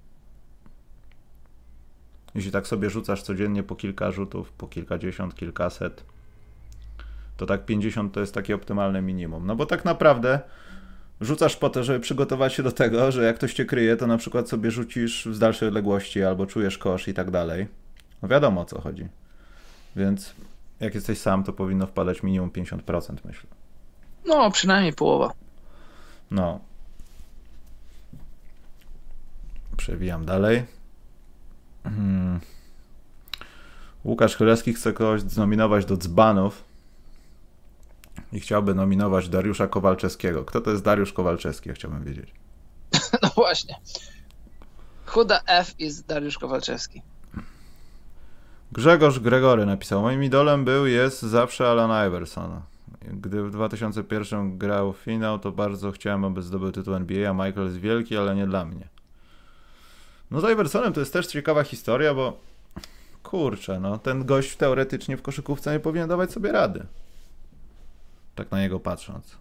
Jeśli tak sobie rzucasz codziennie po kilka rzutów, po kilkadziesiąt, kilkaset, to tak pięćdziesiąt to jest takie optymalne minimum. No bo tak naprawdę rzucasz po to, żeby przygotować się do tego, że jak ktoś cię kryje, to na przykład sobie rzucisz z dalszej odległości albo czujesz kosz i tak dalej. No wiadomo, o co chodzi. Więc jak jesteś sam, to powinno wpadać minimum pięćdziesiąt procent, myślę. No, przynajmniej połowa. No. Przewijam dalej. Hmm. Łukasz Chylewski chce kogoś znominować do dzbanów i chciałby nominować Dariusza Kowalczewskiego. Kto to jest Dariusz Kowalczewski? Ja chciałbym wiedzieć. No właśnie. Who the F is Dariusz Kowalczewski? Grzegorz Gregory napisał: moim idolem był, jest zawsze Allen Iverson. Gdy w dwa tysiące pierwszym grał finał, to bardzo chciałem, aby zdobył tytuł N B A, a Michael jest wielki, ale nie dla mnie. No z Iversonem to jest też ciekawa historia, bo kurczę, no ten gość teoretycznie w koszykówce nie powinien dawać sobie rady. Tak na niego patrząc.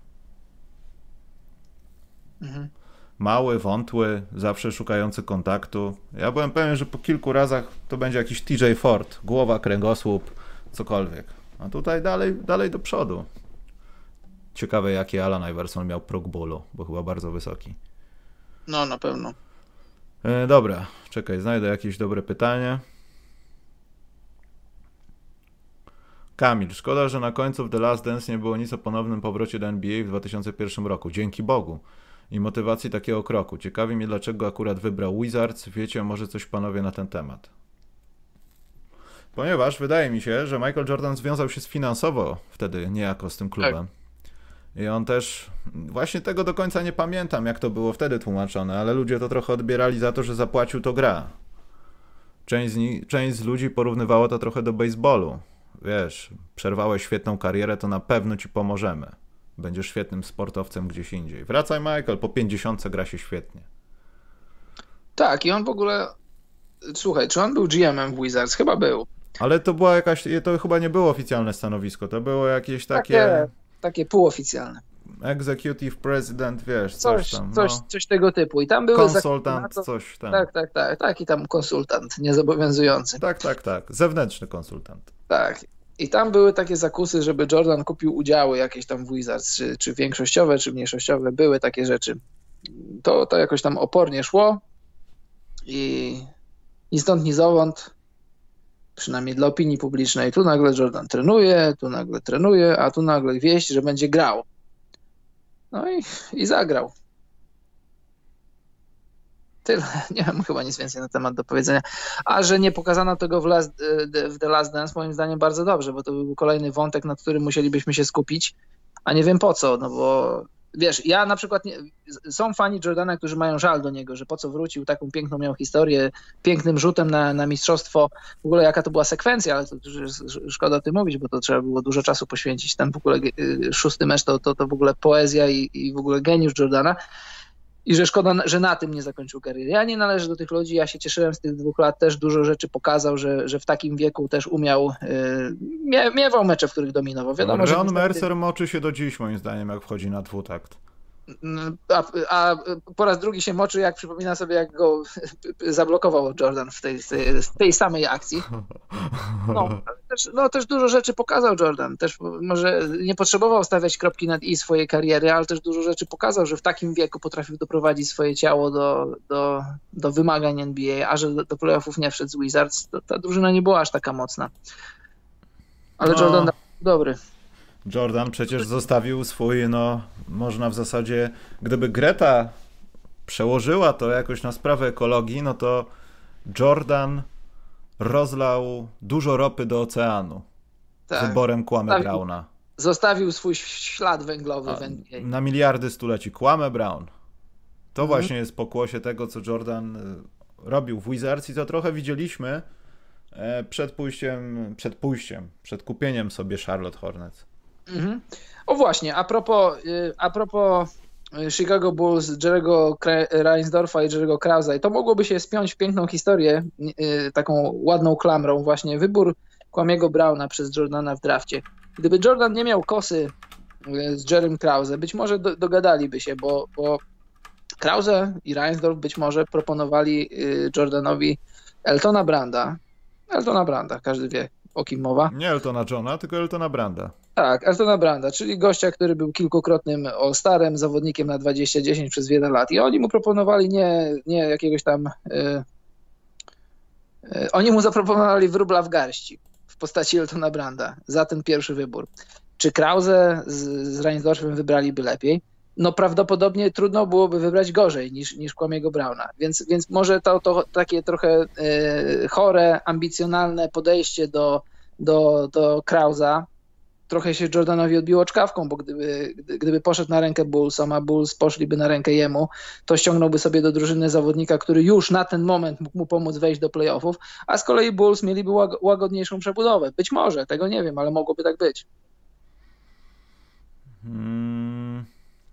Mhm. Mały, wątły, zawsze szukający kontaktu. Ja byłem pewien, że po kilku razach to będzie jakiś T J Ford. Głowa, kręgosłup, cokolwiek. A tutaj dalej, dalej do przodu. Ciekawe, jaki Allen Iverson miał próg bólu, bo chyba bardzo wysoki. No, na pewno. E, dobra, czekaj, znajdę jakieś dobre pytanie. Kamil, szkoda, że na końcu w The Last Dance nie było nic o ponownym powrocie do N B A w dwa tysiące pierwszym roku. Dzięki Bogu. I motywacji takiego kroku. Ciekawi mnie, dlaczego akurat wybrał Wizards. Wiecie może coś panowie na ten temat? Ponieważ wydaje mi się, że Michael Jordan związał się z finansowo wtedy niejako z tym klubem. Tak. I on też, właśnie tego do końca nie pamiętam, jak to było wtedy tłumaczone, ale ludzie to trochę odbierali za to, że zapłacił, to gra. Część z, ni- część z ludzi porównywało to trochę do baseballu. Wiesz, przerwałeś świetną karierę, to na pewno ci pomożemy. Będziesz świetnym sportowcem gdzieś indziej. Wracaj, Michael, po pięćdziesiątce gra się świetnie. Tak, i on w ogóle... Słuchaj, czy on był G M-em w Wizards? Chyba był. Ale to była jakaś... To chyba nie było oficjalne stanowisko, to było jakieś takie... Takie, takie półoficjalne. Executive President, wiesz, coś, coś tam. Coś, no. coś tego typu. I tam były... Konsultant, to... coś tam. Tak, tak, tak. Taki tam konsultant, niezobowiązujący. Tak, tak, tak. Zewnętrzny konsultant. Tak. I tam były takie zakusy, żeby Jordan kupił udziały jakieś tam w Wizards, czy, czy większościowe, czy mniejszościowe. Były takie rzeczy. To, to jakoś tam opornie szło i ni stąd, ni zowąd, przynajmniej dla opinii publicznej, tu nagle Jordan trenuje, tu nagle trenuje, a tu nagle wieść, że będzie grał. No i, i zagrał. Tyle. Nie mam chyba nic więcej na temat do powiedzenia. A że nie pokazano tego w, last, w The Last Dance, moim zdaniem bardzo dobrze, bo to był kolejny wątek, nad którym musielibyśmy się skupić, a nie wiem po co, no bo wiesz, ja na przykład, nie, są fani Jordana, którzy mają żal do niego, że po co wrócił, taką piękną miał historię, pięknym rzutem na, na mistrzostwo, w ogóle jaka to była sekwencja, ale to, to szkoda o tym mówić, bo to trzeba było dużo czasu poświęcić, tam w ogóle szósty mecz to, to, to w ogóle poezja i, i w ogóle geniusz Jordana. I że szkoda, że na tym nie zakończył kariery. Ja nie należę do tych ludzi, ja się cieszyłem z tych dwóch lat, też dużo rzeczy pokazał, że, że w takim wieku też umiał, yy, mie, miewał mecze, w których dominował. Wiadomo, Ron że Mercer moczy się do dziś, moim zdaniem, jak wchodzi na dwutakt. A, a po raz drugi się moczy, jak przypomina sobie, jak go zablokował Jordan w tej, tej, tej samej akcji. No, ale też, no, też dużo rzeczy pokazał Jordan. Też może nie potrzebował stawiać kropki nad i swojej kariery, ale też dużo rzeczy pokazał, że w takim wieku potrafił doprowadzić swoje ciało do, do, do wymagań N B A, a że do, do playoffów nie wszedł z Wizards, to ta drużyna nie była aż taka mocna. Ale No. Jordan był dobry. Jordan przecież zostawił swój, no można w zasadzie, gdyby Greta przełożyła to jakoś na sprawę ekologii, no to Jordan rozlał dużo ropy do oceanu Tak. wyborem Kwame Zostawił- Browna. Zostawił swój ślad węglowy A, w N B A. na miliardy stuleci. Kwame Brown. To Mhm. właśnie jest pokłosie tego, co Jordan y, robił w Wizards i co trochę widzieliśmy e, przed pójściem, przed pójściem, przed kupieniem sobie Charlotte Hornets. Mhm. O właśnie, a propos, y, a propos y, Chicago Bulls, Jerry'ego Kra- Reinsdorfa i Jerry'ego Krausa, i to mogłoby się spiąć w piękną historię, y, taką ładną klamrą, właśnie wybór Kwamego Browna przez Jordana w drafcie. Gdyby Jordan nie miał kosy y, z Jerrym Krause, być może do, dogadaliby się, bo, bo Krause i Reinsdorf być może proponowali y, Jordanowi Eltona Branda. Eltona Branda, każdy wie, o kim mowa. Nie Eltona Johna, tylko Eltona Branda. Tak, Eltona Branda, czyli gościa, który był kilkukrotnym All-Starem, zawodnikiem na dwadzieścia dziesięć przez wiele lat. I oni mu proponowali nie, nie jakiegoś tam... Yy, yy, oni mu zaproponowali wróbla w garści w postaci Eltona Branda za ten pierwszy wybór. Czy Krause z, z Reinsdorfem wybraliby lepiej? No prawdopodobnie trudno byłoby wybrać gorzej niż, niż Kwamego Browna. Więc, więc może to, to takie trochę yy, chore, ambicjonalne podejście do, do, do Krausa trochę się Jordanowi odbiło czkawką, bo gdyby, gdyby poszedł na rękę Bullsom, a Bulls poszliby na rękę jemu, to ściągnąłby sobie do drużyny zawodnika, który już na ten moment mógł mu pomóc wejść do playoffów, a z kolei Bulls mieliby łag- łagodniejszą przebudowę. Być może, tego nie wiem, ale mogłoby tak być. Hmm.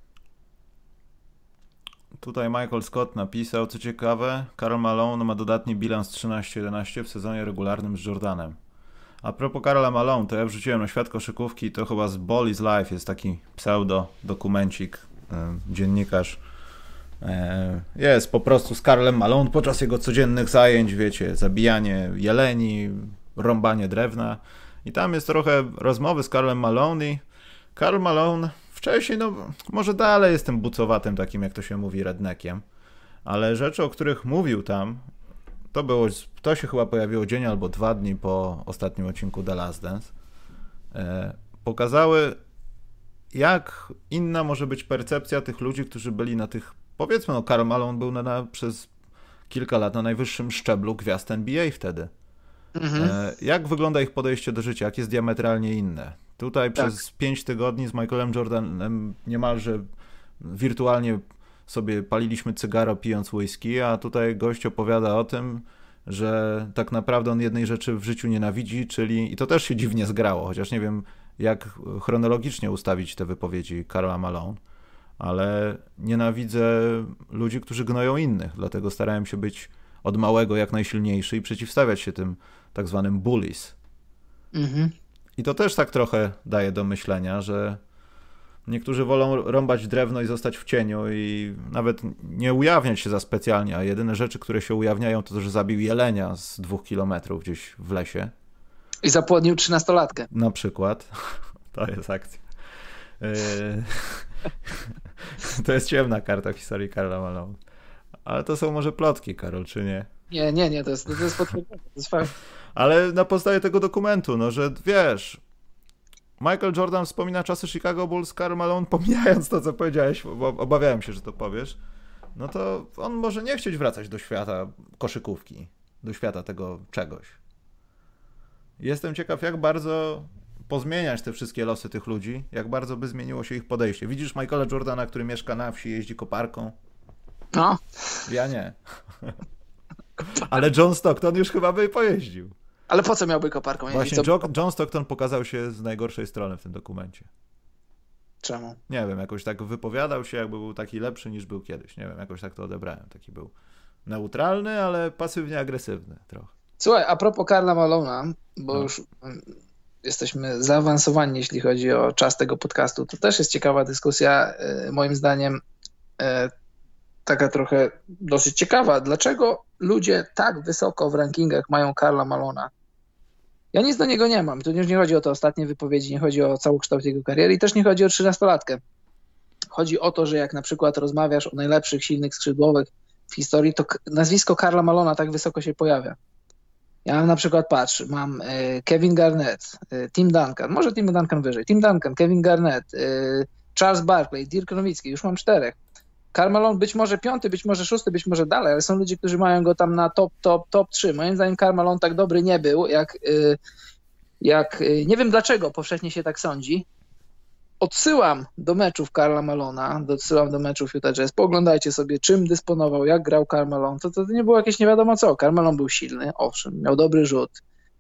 Tutaj Michael Scott napisał, co ciekawe, Karl Malone ma dodatni bilans trzynaście jedenaście w sezonie regularnym z Jordanem. A propos Karla Malone, to ja wrzuciłem na świat koszykówki, to chyba z Ball is Life jest taki pseudo-dokumencik, yy, dziennikarz. Yy, jest po prostu z Karlem Malone podczas jego codziennych zajęć, wiecie, zabijanie jeleni, rąbanie drewna. I tam jest trochę rozmowy z Karlem Malone i Karl Malone wcześniej, no może dalej jest tym bucowatym takim, jak to się mówi, redneckiem, ale rzeczy, o których mówił tam, to było, to się chyba pojawiło dzień albo dwa dni po ostatnim odcinku The Last Dance, e, pokazały, jak inna może być percepcja tych ludzi, którzy byli na tych, powiedzmy, no Karl Malone był na, na, przez kilka lat na najwyższym szczeblu gwiazd N B A wtedy. Mhm. E, jak wygląda ich podejście do życia, jak jest diametralnie inne? Tutaj Tak. przez pięć tygodni z Michaelem Jordanem niemalże wirtualnie sobie paliliśmy cygaro pijąc whisky, a tutaj gość opowiada o tym, że tak naprawdę on jednej rzeczy w życiu nienawidzi, czyli, i to też się dziwnie zgrało, chociaż nie wiem jak chronologicznie ustawić te wypowiedzi Karla Malone, ale nienawidzę ludzi, którzy gnoją innych, dlatego starałem się być od małego jak najsilniejszy i przeciwstawiać się tym tak zwanym bullies. Mhm. I to też tak trochę daje do myślenia, że niektórzy wolą rąbać drewno i zostać w cieniu i nawet nie ujawniać się za specjalnie, a jedyne rzeczy, które się ujawniają, to że zabił jelenia z dwóch kilometrów gdzieś w lesie. I zapłodnił trzynastolatkę. Na przykład. To jest akcja. Yy... To jest ciemna karta w historii Karla Malone. Ale to są może plotki, Karol, czy nie? Nie, nie, nie, to jest, to jest potwierdzone. To jest fakt. Ale na podstawie tego dokumentu, no że wiesz, Michael Jordan wspomina czasy Chicago Bulls, Karl Malone, pomijając to, co powiedziałeś, bo obawiałem się, że to powiesz, no to on może nie chcieć wracać do świata koszykówki, do świata tego czegoś. Jestem ciekaw, jak bardzo pozmieniać te wszystkie losy tych ludzi, jak bardzo by zmieniło się ich podejście. Widzisz Michaela Jordana, który mieszka na wsi, jeździ koparką? No. Ja nie. Ale John Stockton już chyba by pojeździł. Ale po co miałby koparką jeździć? Właśnie Co... Jo- John Stockton pokazał się z najgorszej strony w tym dokumencie. Czemu? Nie wiem, jakoś tak wypowiadał się, jakby był taki lepszy niż był kiedyś. Nie wiem, jakoś tak to odebrałem. Taki był neutralny, ale pasywnie agresywny trochę. Słuchaj, a propos Karla Malona, bo No. już jesteśmy zaawansowani, jeśli chodzi o czas tego podcastu. To też jest ciekawa dyskusja, moim zdaniem taka trochę dosyć ciekawa. Dlaczego ludzie tak wysoko w rankingach mają Karla Malona? Ja nic do niego nie mam. Tu już nie chodzi o te ostatnie wypowiedzi, nie chodzi o całokształt jego kariery i też nie chodzi o trzynastolatkę. Chodzi o to, że jak na przykład rozmawiasz o najlepszych, silnych skrzydłowych w historii, to nazwisko Karla Malona tak wysoko się pojawia. Ja na przykład patrzę, mam Kevin Garnett, Tim Duncan, może Tim Duncan wyżej, Tim Duncan, Kevin Garnett, Charles Barkley, Dirk Nowicki, już mam czterech. Karl Malone być może piąty, być może szósty, być może dalej, ale są ludzie, którzy mają go tam na top, top, top trzy. Moim zdaniem Karl Malone tak dobry nie był, jak, jak nie wiem dlaczego powszechnie się tak sądzi. Odsyłam do meczów Karla Malona, odsyłam do meczów Utah Jazz. Pooglądajcie sobie, czym dysponował, jak grał Karl Malone. To, to nie było jakieś nie wiadomo co. Karl Malone był silny, owszem, miał dobry rzut.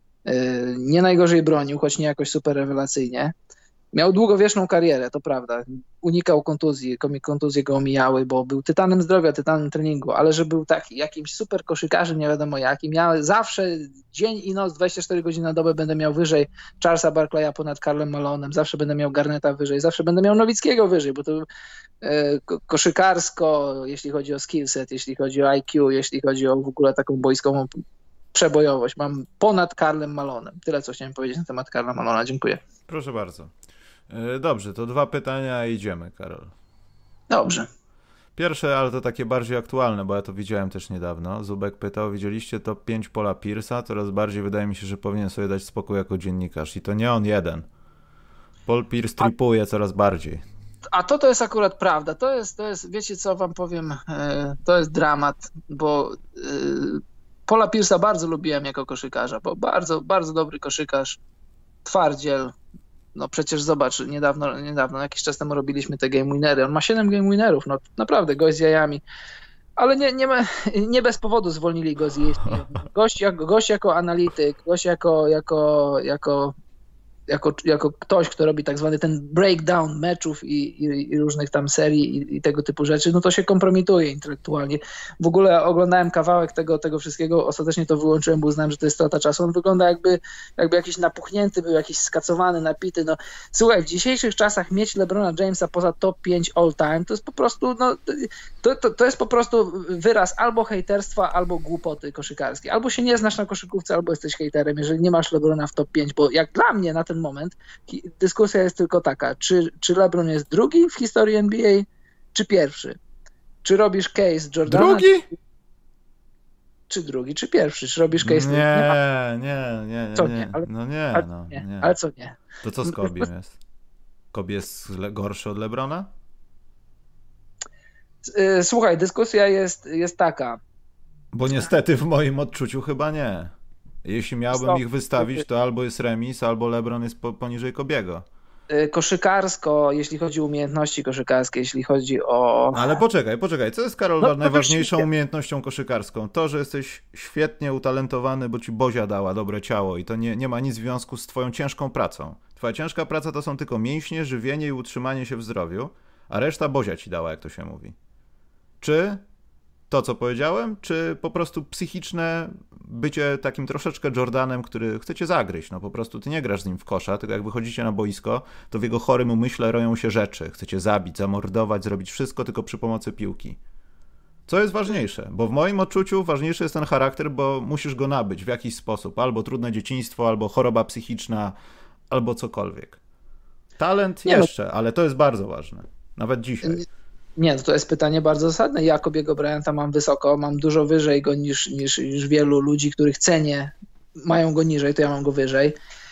Nie najgorzej bronił, choć nie jakoś super rewelacyjnie. Miał długowieczną karierę, to prawda. Unikał kontuzji, kontuzje go omijały, bo był tytanem zdrowia, tytanem treningu, ale że był taki jakimś super koszykarzem, nie wiadomo jakim. Ja zawsze dzień i noc, dwadzieścia cztery godziny na dobę będę miał wyżej Charlesa Barkleya ponad Karlem Malonem, zawsze będę miał Garneta wyżej, zawsze będę miał Nowickiego wyżej, bo to e, koszykarsko, jeśli chodzi o skillset, jeśli chodzi o I Q, jeśli chodzi o w ogóle taką boiskową przebojowość, mam ponad Karlem Malonem. Tyle, co chciałem powiedzieć na temat Karla Malona. Dziękuję. Proszę bardzo. Dobrze, to dwa pytania i idziemy, Karol. Dobrze. Pierwsze, ale to takie bardziej aktualne, bo ja to widziałem też niedawno. Zubek pytał, widzieliście top pięć Paula Pierce'a? Coraz bardziej wydaje mi się, że powinien sobie dać spokój jako dziennikarz. I to nie on jeden. Paul Pierce tripuje coraz bardziej. A to to jest akurat prawda. To jest, to jest, wiecie co wam powiem, to jest dramat, bo Paula Pierce'a bardzo lubiłem jako koszykarza, bo bardzo, bardzo dobry koszykarz, twardziel. No przecież zobacz, niedawno, niedawno, jakiś czas temu robiliśmy te game winery. On ma siedem game winerów, no naprawdę, gość z jajami. Ale nie, nie, ma, nie bez powodu zwolnili go z E S P N. Gość, jak, gość jako analityk, gość jako, jako, jako, jako, jako ktoś, kto robi tak zwany ten breakdown meczów i, i, i różnych tam serii i, i tego typu rzeczy, no to się kompromituje intelektualnie. W ogóle oglądałem kawałek tego, tego wszystkiego, ostatecznie to wyłączyłem, bo uznałem, że to jest strata czasu. On wygląda jakby, jakby jakiś napuchnięty, był jakiś skacowany, napity. No, słuchaj, w dzisiejszych czasach mieć LeBrona Jamesa poza top pięć all time, to jest po prostu, no, to, to, to jest po prostu wyraz albo hejterstwa, albo głupoty koszykarskiej. Albo się nie znasz na koszykówce, albo jesteś hejterem, jeżeli nie masz LeBrona w top pięć, bo jak dla mnie na ten moment dyskusja jest tylko taka, czy, czy LeBron jest drugi w historii N B A, czy pierwszy? Czy robisz case Jordana? Drugi? Czy drugi, czy pierwszy? Czy robisz case? Nie, nie, nie, nie. Co nie. nie? Ale, no nie, ale, no, nie. nie. Ale co nie? To co z Kobiem jest? Kobe jest gorszy od LeBrona? Słuchaj, dyskusja jest, jest taka. Bo niestety w moim odczuciu chyba nie. Jeśli miałbym Stop. ich wystawić, to albo jest remis, albo LeBron jest po, poniżej Kobiego. Koszykarsko, jeśli chodzi o umiejętności koszykarskie, jeśli chodzi o... Ale poczekaj, poczekaj, co jest, Karol, no, najważniejszą umiejętnością koszykarską? To, że jesteś świetnie utalentowany, bo ci Bozia dała dobre ciało i to nie, nie ma nic w związku z twoją ciężką pracą. Twoja ciężka praca to są tylko mięśnie, żywienie i utrzymanie się w zdrowiu, a reszta Bozia ci dała, jak to się mówi. Czy to, co powiedziałem, czy po prostu psychiczne bycie takim troszeczkę Jordanem, który chce cię zagryźć. No po prostu ty nie grasz z nim w kosza, tylko jak wychodzicie na boisko, to w jego chorym umyśle roją się rzeczy. Chce cię zabić, zamordować, zrobić wszystko tylko przy pomocy piłki. Co jest ważniejsze? Bo w moim odczuciu ważniejszy jest ten charakter, bo musisz go nabyć w jakiś sposób. Albo trudne dzieciństwo, albo choroba psychiczna, albo cokolwiek. Talent nie jeszcze, no. Ale to jest bardzo ważne. Nawet dzisiaj. Nie, to jest pytanie bardzo zasadne. Ja Kobiego Bryanta mam wysoko, mam dużo wyżej go niż, niż, niż wielu ludzi, których cenię, mają go niżej, to ja mam go wyżej.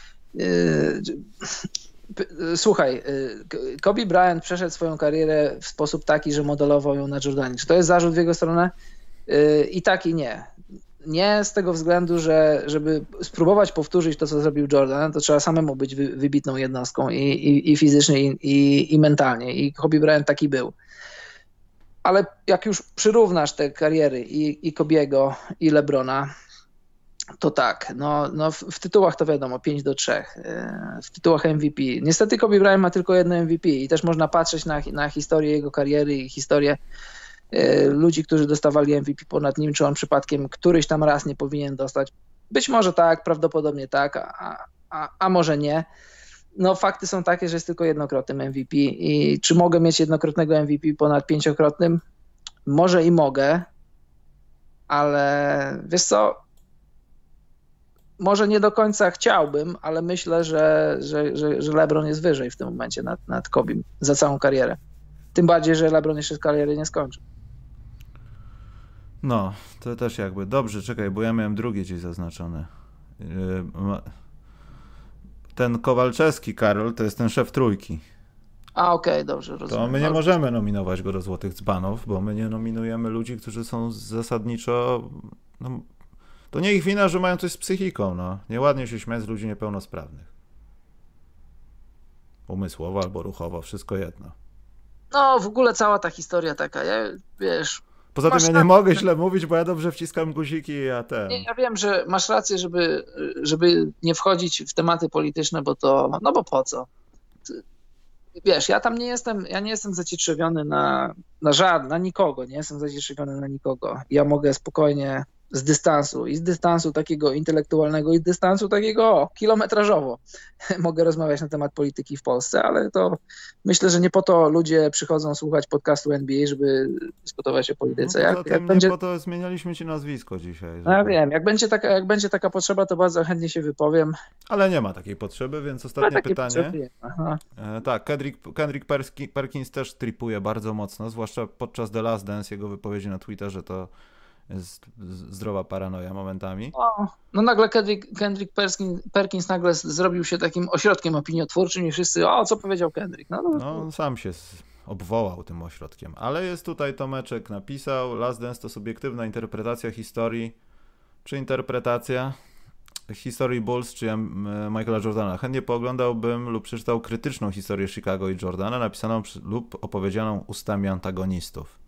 Słuchaj, Kobe Bryant przeszedł swoją karierę w sposób taki, że modelował ją na Jordanie. Czy to jest zarzut w jego stronę? I tak i nie. Nie z tego względu, że żeby spróbować powtórzyć to, co zrobił Jordan, to trzeba samemu być wy, wybitną jednostką i, i, i fizycznie, i, i, i mentalnie. I Kobe Bryant taki był. Ale jak już przyrównasz te kariery i, i Kobiego, i LeBrona, to tak, no, no w, w tytułach to wiadomo, pięć do trzech, w tytułach M V P. Niestety Kobe Bryant ma tylko jedno M V P i też można patrzeć na, na historię jego kariery i historię y, ludzi, którzy dostawali M V P ponad nim, czy on przypadkiem któryś tam raz nie powinien dostać. Być może tak, prawdopodobnie tak, a, a, a może nie. No fakty są takie, że jest tylko jednokrotnym M V P i czy mogę mieć jednokrotnego M V P ponad pięciokrotnym? Może i mogę, ale wiesz co, może nie do końca chciałbym, ale myślę, że, że, że, że LeBron jest wyżej w tym momencie nad, nad Kobim za całą karierę. Tym bardziej, że LeBron jeszcze kariery nie skończy. No, to też jakby. Dobrze, czekaj, bo ja miałem drugie gdzieś zaznaczone. Ten Kowalczewski, Karol, to jest ten szef trójki. A, okej, okay, dobrze, rozumiem. To my nie możemy nominować go do Złotych Dzbanów, bo my nie nominujemy ludzi, którzy są zasadniczo... No, to nie ich wina, że mają coś z psychiką, no. Nieładnie się śmiać z ludzi niepełnosprawnych. Umysłowo albo ruchowo, wszystko jedno. No, w ogóle cała ta historia taka, ja, wiesz... Poza tym ja nie mogę źle mówić, bo ja dobrze wciskam guziki i ja ten... Nie, ja wiem, że masz rację, żeby, żeby nie wchodzić w tematy polityczne, bo to... No bo po co? Wiesz, ja tam nie jestem, ja nie jestem zacietrzewiony na, na żadnego, na nikogo, nie jestem zacietrzewiony na nikogo. Ja mogę spokojnie z dystansu i z dystansu takiego intelektualnego i z dystansu takiego o, kilometrażowo mogę rozmawiać na temat polityki w Polsce, ale to myślę, że nie po to ludzie przychodzą słuchać podcastu N B A, żeby dyskutować o polityce. No, jak, jak jak będzie... po to zmienialiśmy ci nazwisko dzisiaj. Żeby... No ja wiem, jak będzie, taka, jak będzie taka potrzeba, to bardzo chętnie się wypowiem. Ale nie ma takiej potrzeby, więc ostatnie pytanie. Aha. E, tak, Kendrick, Kendrick Perkins też tripuje bardzo mocno, zwłaszcza podczas The Last Dance, jego wypowiedzi na Twitterze to jest zdrowa paranoja momentami. O, no nagle Kendrick, Kendrick Perkins, Perkins nagle zrobił się takim ośrodkiem opiniotwórczym i wszyscy, o, co powiedział Kendrick? No, no, no on sam się obwołał tym ośrodkiem. Ale jest tutaj Tomeczek napisał, Last Dance to subiektywna interpretacja historii, czy interpretacja historii Bulls, czy Michaela Jordana. Chętnie pooglądałbym lub przeczytał krytyczną historię Chicago i Jordana, napisaną lub opowiedzianą ustami antagonistów.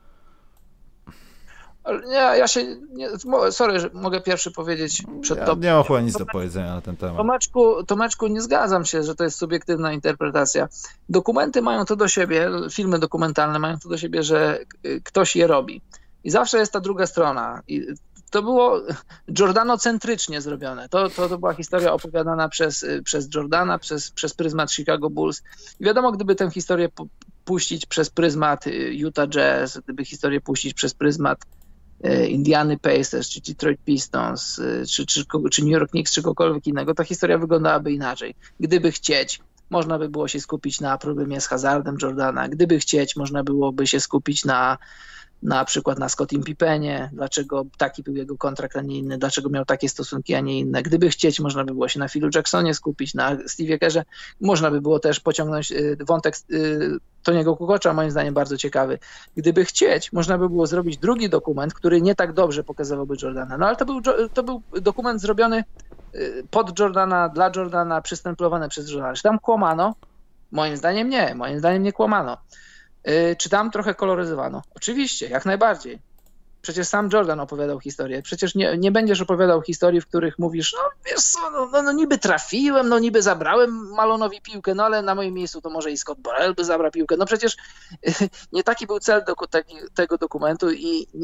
Nie, ja się, nie, sorry, że mogę pierwszy powiedzieć przed ja tobą. Nie ma chyba nic do powiedzenia na ten temat. Tomeczku, Tomeczku, nie zgadzam się, że to jest subiektywna interpretacja. Dokumenty mają to do siebie, filmy dokumentalne mają to do siebie, że ktoś je robi. I zawsze jest ta druga strona. I to było Jordanocentrycznie zrobione. To, to, to była historia opowiadana przez, przez Jordana, przez, przez pryzmat Chicago Bulls. I wiadomo, gdyby tę historię puścić przez pryzmat Utah Jazz, gdyby historię puścić przez pryzmat Indiany Pacers, czy Detroit Pistons, czy, czy, czy New York Knicks, czy kogokolwiek innego, ta historia wyglądałaby inaczej. Gdyby chcieć, można by było się skupić na problemie z hazardem Jordana. Gdyby chcieć, można byłoby się skupić na na przykład na Scottie Pippenie, dlaczego taki był jego kontrakt, a nie inny, dlaczego miał takie stosunki, a nie inne. Gdyby chcieć, można by było się na Philu Jacksonie skupić, na Steve'ie Kerrze. Można by było też pociągnąć wątek Tony'ego Kukocza, moim zdaniem bardzo ciekawy. Gdyby chcieć, można by było zrobić drugi dokument, który nie tak dobrze pokazywałby Jordana. No ale to był, to był dokument zrobiony pod Jordana, dla Jordana, przystępowany przez Jordana. Czy tam kłamano? Moim zdaniem nie. Moim zdaniem nie kłamano. Czy tam trochę koloryzowano? Oczywiście, jak najbardziej. Przecież sam Jordan opowiadał historię. Przecież nie, nie będziesz opowiadał historii, w których mówisz, no wiesz co, no, no, no niby trafiłem, no niby zabrałem Malonowi piłkę, no ale na moim miejscu to może i Scott Burrell by zabrał piłkę. No przecież nie taki był cel do, taki, tego dokumentu i nie,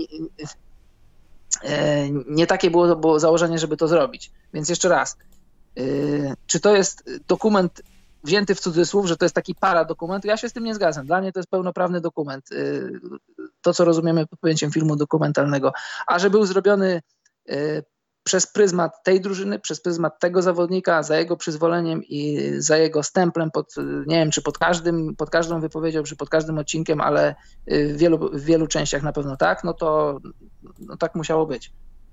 nie takie było, było założenie, żeby to zrobić. Więc jeszcze raz, czy to jest dokument wzięty w cudzysłów, że to jest taki paradokument, ja się z tym nie zgadzam. Dla mnie to jest pełnoprawny dokument. To, co rozumiemy pod pojęciem filmu dokumentalnego. A że był zrobiony przez pryzmat tej drużyny, przez pryzmat tego zawodnika, za jego przyzwoleniem i za jego stemplem, pod, nie wiem, czy pod każdym, pod każdą wypowiedzią, czy pod każdym odcinkiem, ale w wielu, w wielu częściach na pewno tak, no to no tak musiało być.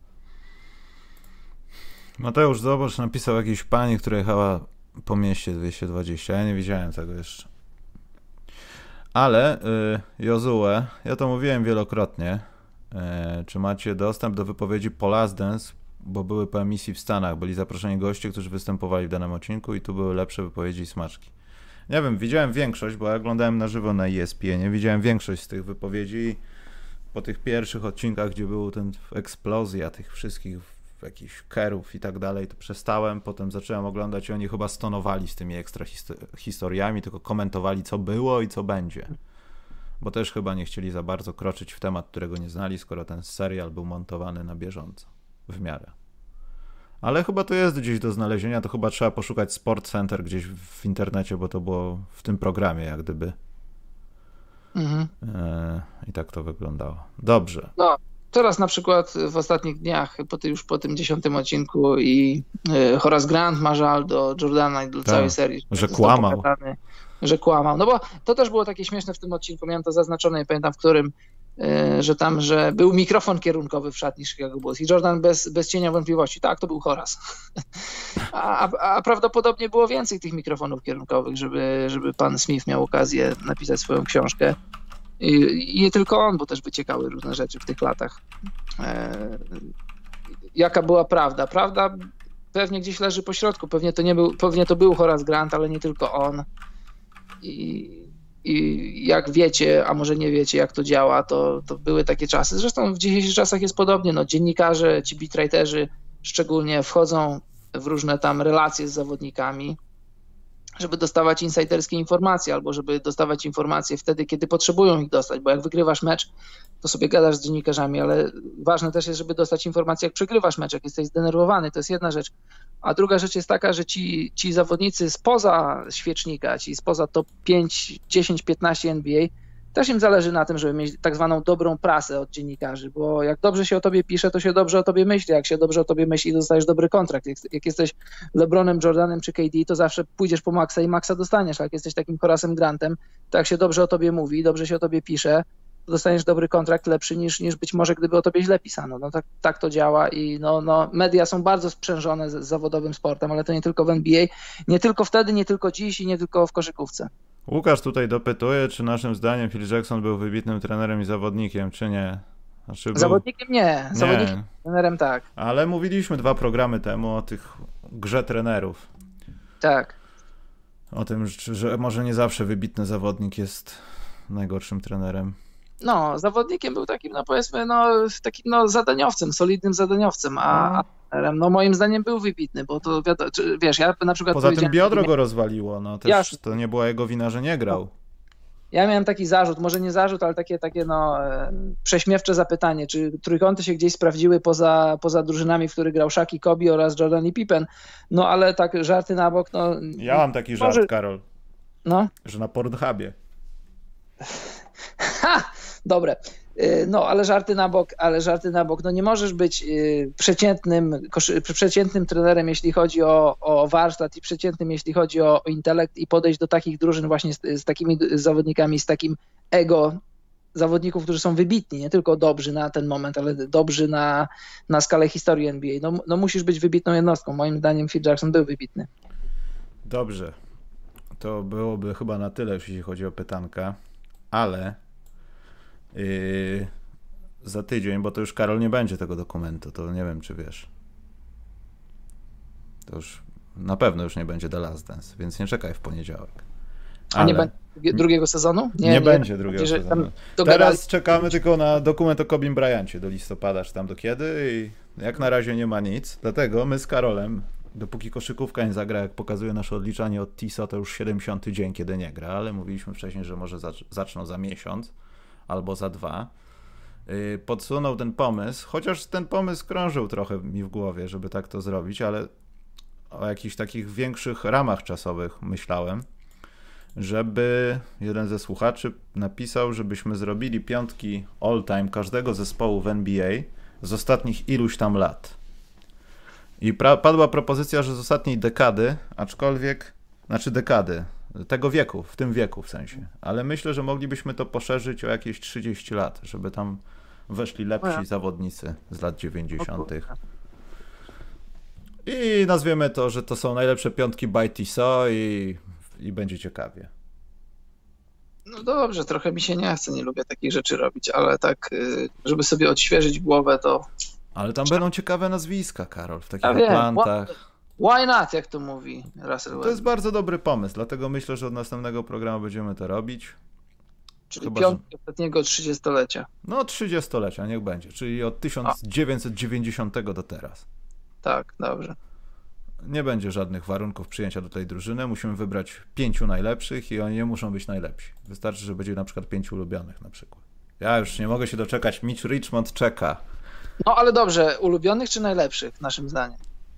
Mateusz Zobacz napisał jakiejś pani, która jechała po mieście dwieście dwadzieścia. Ja nie widziałem tego jeszcze. Ale y, Jozue, ja to mówiłem wielokrotnie, y, czy macie dostęp do wypowiedzi po Last Dance, bo były po emisji w Stanach, byli zaproszeni goście, którzy występowali w danym odcinku i tu były lepsze wypowiedzi i smaczki. Nie wiem, widziałem większość, bo ja oglądałem na żywo na E S P N, nie widziałem większość z tych wypowiedzi po tych pierwszych odcinkach, gdzie był ten eksplozja tych wszystkich jakichś kerów i tak dalej, to przestałem, potem zacząłem oglądać i oni chyba stonowali z tymi ekstra historiami, tylko komentowali, co było i co będzie. Bo też chyba nie chcieli za bardzo kroczyć w temat, którego nie znali, skoro ten serial był montowany na bieżąco, w miarę. Ale chyba to jest gdzieś do znalezienia, to chyba trzeba poszukać Sport Center gdzieś w internecie, bo to było w tym programie jak gdyby. Mhm. E, I tak to wyglądało. Dobrze. No, teraz na przykład w ostatnich dniach, po ty, już po tym dziesiątym odcinku i y, Horace Grant ma żal do Jordana i do całej serii. Że kłamał. Pokazany, że kłamał. No bo to też było takie śmieszne w tym odcinku, miałem to zaznaczone, nie pamiętam w którym, y, że tam, że był mikrofon kierunkowy w szatni Chicago Bulls i Jordan bez, bez cienia wątpliwości, tak, to był Horace. A, a, a prawdopodobnie było więcej tych mikrofonów kierunkowych, żeby, żeby pan Smith miał okazję napisać swoją książkę. I, I nie tylko on, bo też wyciekały różne rzeczy w tych latach. E, jaka była prawda? Prawda pewnie gdzieś leży po środku. Pewnie to, nie był, pewnie to był Horace Grant, ale nie tylko on. I, i jak wiecie, a może nie wiecie, jak to działa, to, to były takie czasy. Zresztą w dzisiejszych czasach jest podobnie. No, dziennikarze, ci beatwriterzy szczególnie wchodzą w różne tam relacje z zawodnikami, żeby dostawać insiderskie informacje albo żeby dostawać informacje wtedy, kiedy potrzebują ich dostać, bo jak wygrywasz mecz, to sobie gadasz z dziennikarzami, ale ważne też jest, żeby dostać informacje, jak przegrywasz mecz, jak jesteś zdenerwowany, to jest jedna rzecz. A druga rzecz jest taka, że ci, ci zawodnicy spoza świecznika, ci spoza top pięć, dziesięć, piętnaście N B A, też im zależy na tym, żeby mieć tak zwaną dobrą prasę od dziennikarzy, bo jak dobrze się o tobie pisze, to się dobrze o tobie myśli. Jak się dobrze o tobie myśli, to dostajesz dobry kontrakt. Jak, jak jesteś LeBronem, Jordanem czy K D, to zawsze pójdziesz po maksa i maksa dostaniesz. A jak jesteś takim Horacem Grantem, to jak się dobrze o tobie mówi, dobrze się o tobie pisze, to dostaniesz dobry kontrakt, lepszy niż, niż być może gdyby o tobie źle pisano. No tak, tak to działa i no, no, media są bardzo sprzężone z, z zawodowym sportem, ale to nie tylko w N B A, nie tylko wtedy, nie tylko dziś i nie tylko w koszykówce. Łukasz tutaj dopytuje, czy naszym zdaniem Phil Jackson był wybitnym trenerem i zawodnikiem, czy nie? Znaczy był... Zawodnikiem nie, zawodnikiem, nie. Trenerem tak. Ale mówiliśmy dwa programy temu o tych grze trenerów. Tak. O tym, że może nie zawsze wybitny zawodnik jest najgorszym trenerem. No, zawodnikiem był takim, no powiedzmy, no takim no zadaniowcem, solidnym zadaniowcem, a, a no moim zdaniem był wybitny, bo to wiadomo, wiesz, ja na przykład... Poza tym biodro nie... go rozwaliło, no też Jasne. To nie była jego wina, że nie grał. Ja miałem taki zarzut, może nie zarzut, ale takie, takie no prześmiewcze zapytanie, czy trójkąty się gdzieś sprawdziły poza, poza drużynami, w których grał Shaq i Kobe oraz Jordan i Pippen, no ale tak żarty na bok, no... Ja mam taki żart, może... Karol, no? Że na Pornhubie. Ha! Dobre. No, ale żarty na bok, ale żarty na bok. No nie możesz być przeciętnym, przeciętnym trenerem, jeśli chodzi o, o warsztat i przeciętnym, jeśli chodzi o, o intelekt i podejść do takich drużyn właśnie z, z takimi zawodnikami, z takim ego zawodników, którzy są wybitni, nie tylko dobrzy na ten moment, ale dobrzy na, na skalę historii N B A. No, no musisz być wybitną jednostką. Moim zdaniem Phil Jackson był wybitny. Dobrze. To byłoby chyba na tyle, jeśli chodzi o pytanka, ale Yy, za tydzień, bo to już Karol nie będzie tego dokumentu, to nie wiem, czy wiesz. To już na pewno już nie będzie The Last Dance, więc nie czekaj w poniedziałek. Ale A nie będzie drugiego sezonu? Nie, nie, nie będzie drugiego sezonu. Teraz czekamy tylko na dokument o Kobim Bryancie do listopada, czy tam do kiedy i jak na razie nie ma nic, dlatego my z Karolem, dopóki koszykówka nie zagra, jak pokazuje nasze odliczanie od T I S A, to już siedemdziesiąty dzień, kiedy nie gra, ale mówiliśmy wcześniej, że może zacz- zaczną za miesiąc albo za dwa, yy, podsunął ten pomysł, chociaż ten pomysł krążył trochę mi w głowie, żeby tak to zrobić, ale o jakichś takich większych ramach czasowych myślałem, żeby jeden ze słuchaczy napisał, żebyśmy zrobili piątki all-time każdego zespołu w N B A z ostatnich iluś tam lat. I pra- padła propozycja, że z ostatniej dekady, aczkolwiek, znaczy dekady, tego wieku, w tym wieku w sensie. Ale myślę, że moglibyśmy to poszerzyć o jakieś trzydzieści lat, żeby tam weszli lepsi ja. zawodnicy z lat dziewięćdziesiątych. I nazwiemy to, że to są najlepsze piątki by T I S A i, i będzie ciekawie. No dobrze, trochę mi się nie chce, nie lubię takich rzeczy robić, ale tak, żeby sobie odświeżyć głowę, to... Ale tam będą ciekawe nazwiska, Karol, w takich ja Atlantach. Why not, jak to mówi Russell. To jest bardzo dobry pomysł, dlatego myślę, że od następnego programu będziemy to robić. Czyli Chyba, piątki że... ostatniego trzydziestolecia. No trzydziestolecia, niech będzie, czyli od tysiąc dziewięćset dziewięćdziesiątego do teraz. Tak, dobrze. Nie będzie żadnych warunków przyjęcia do tej drużyny, musimy wybrać pięciu najlepszych i oni nie muszą być najlepsi. Wystarczy, że będzie na przykład pięciu ulubionych na przykład. Ja już nie mogę się doczekać, Mitch Richmond czeka. No ale dobrze, ulubionych czy najlepszych, naszym zdaniem?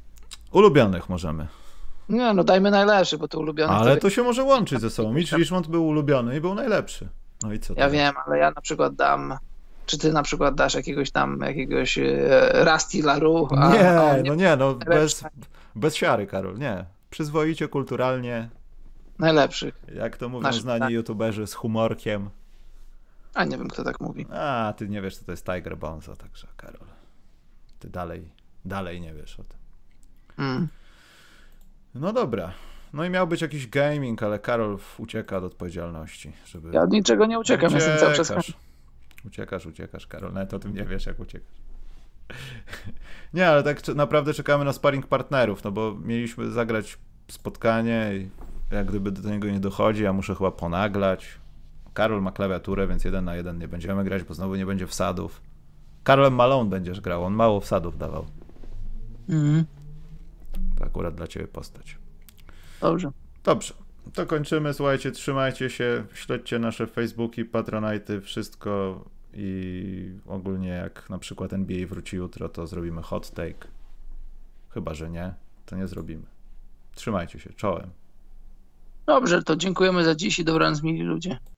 Ulubionych możemy. Nie, no dajmy najlepszy, bo to ulubiony. Ale to... to się może łączyć ze sobą. Mitch Richmond był ulubiony i był najlepszy. No i co Ja teraz? wiem, ale ja na przykład dam... Czy ty na przykład dasz jakiegoś tam, jakiegoś e, Rusty LaRue? A, Nie, a on no nie, no bez, bez siary, Karol, nie. Przyzwoicie, kulturalnie, Najlepszych. jak to mówią Nasz- znani tak. youtuberzy, z humorkiem. A nie wiem, kto tak mówi. A, ty nie wiesz, co to jest Tiger Bonzo, także Karol. Ty dalej, dalej nie wiesz o tym. Mm. No dobra. No i miał być jakiś gaming, ale Karol ucieka od odpowiedzialności, żeby... Ja od niczego nie uciekam, jestem cały czas... Uciekasz. Uciekasz, uciekasz, Karol. Nawet o tym nie wiesz, jak uciekasz. Nie, ale tak naprawdę czekamy na sparring partnerów, no bo mieliśmy zagrać spotkanie i jak gdyby do niego nie dochodzi, ja muszę chyba ponaglać. Karol ma klawiaturę, więc jeden na jeden nie będziemy grać, bo znowu nie będzie wsadów. Karolem Malone będziesz grał, on mało wsadów dawał. Mm. To akurat dla ciebie postać. Dobrze. Dobrze, to kończymy. Słuchajcie, trzymajcie się, śledźcie nasze Facebooki, Patronite'y, wszystko i ogólnie jak na przykład N B A wróci jutro, to zrobimy hot take. Chyba, że nie, to nie zrobimy. Trzymajcie się, czołem. Dobrze, to dziękujemy za dziś i dobranoc, mili ludzie.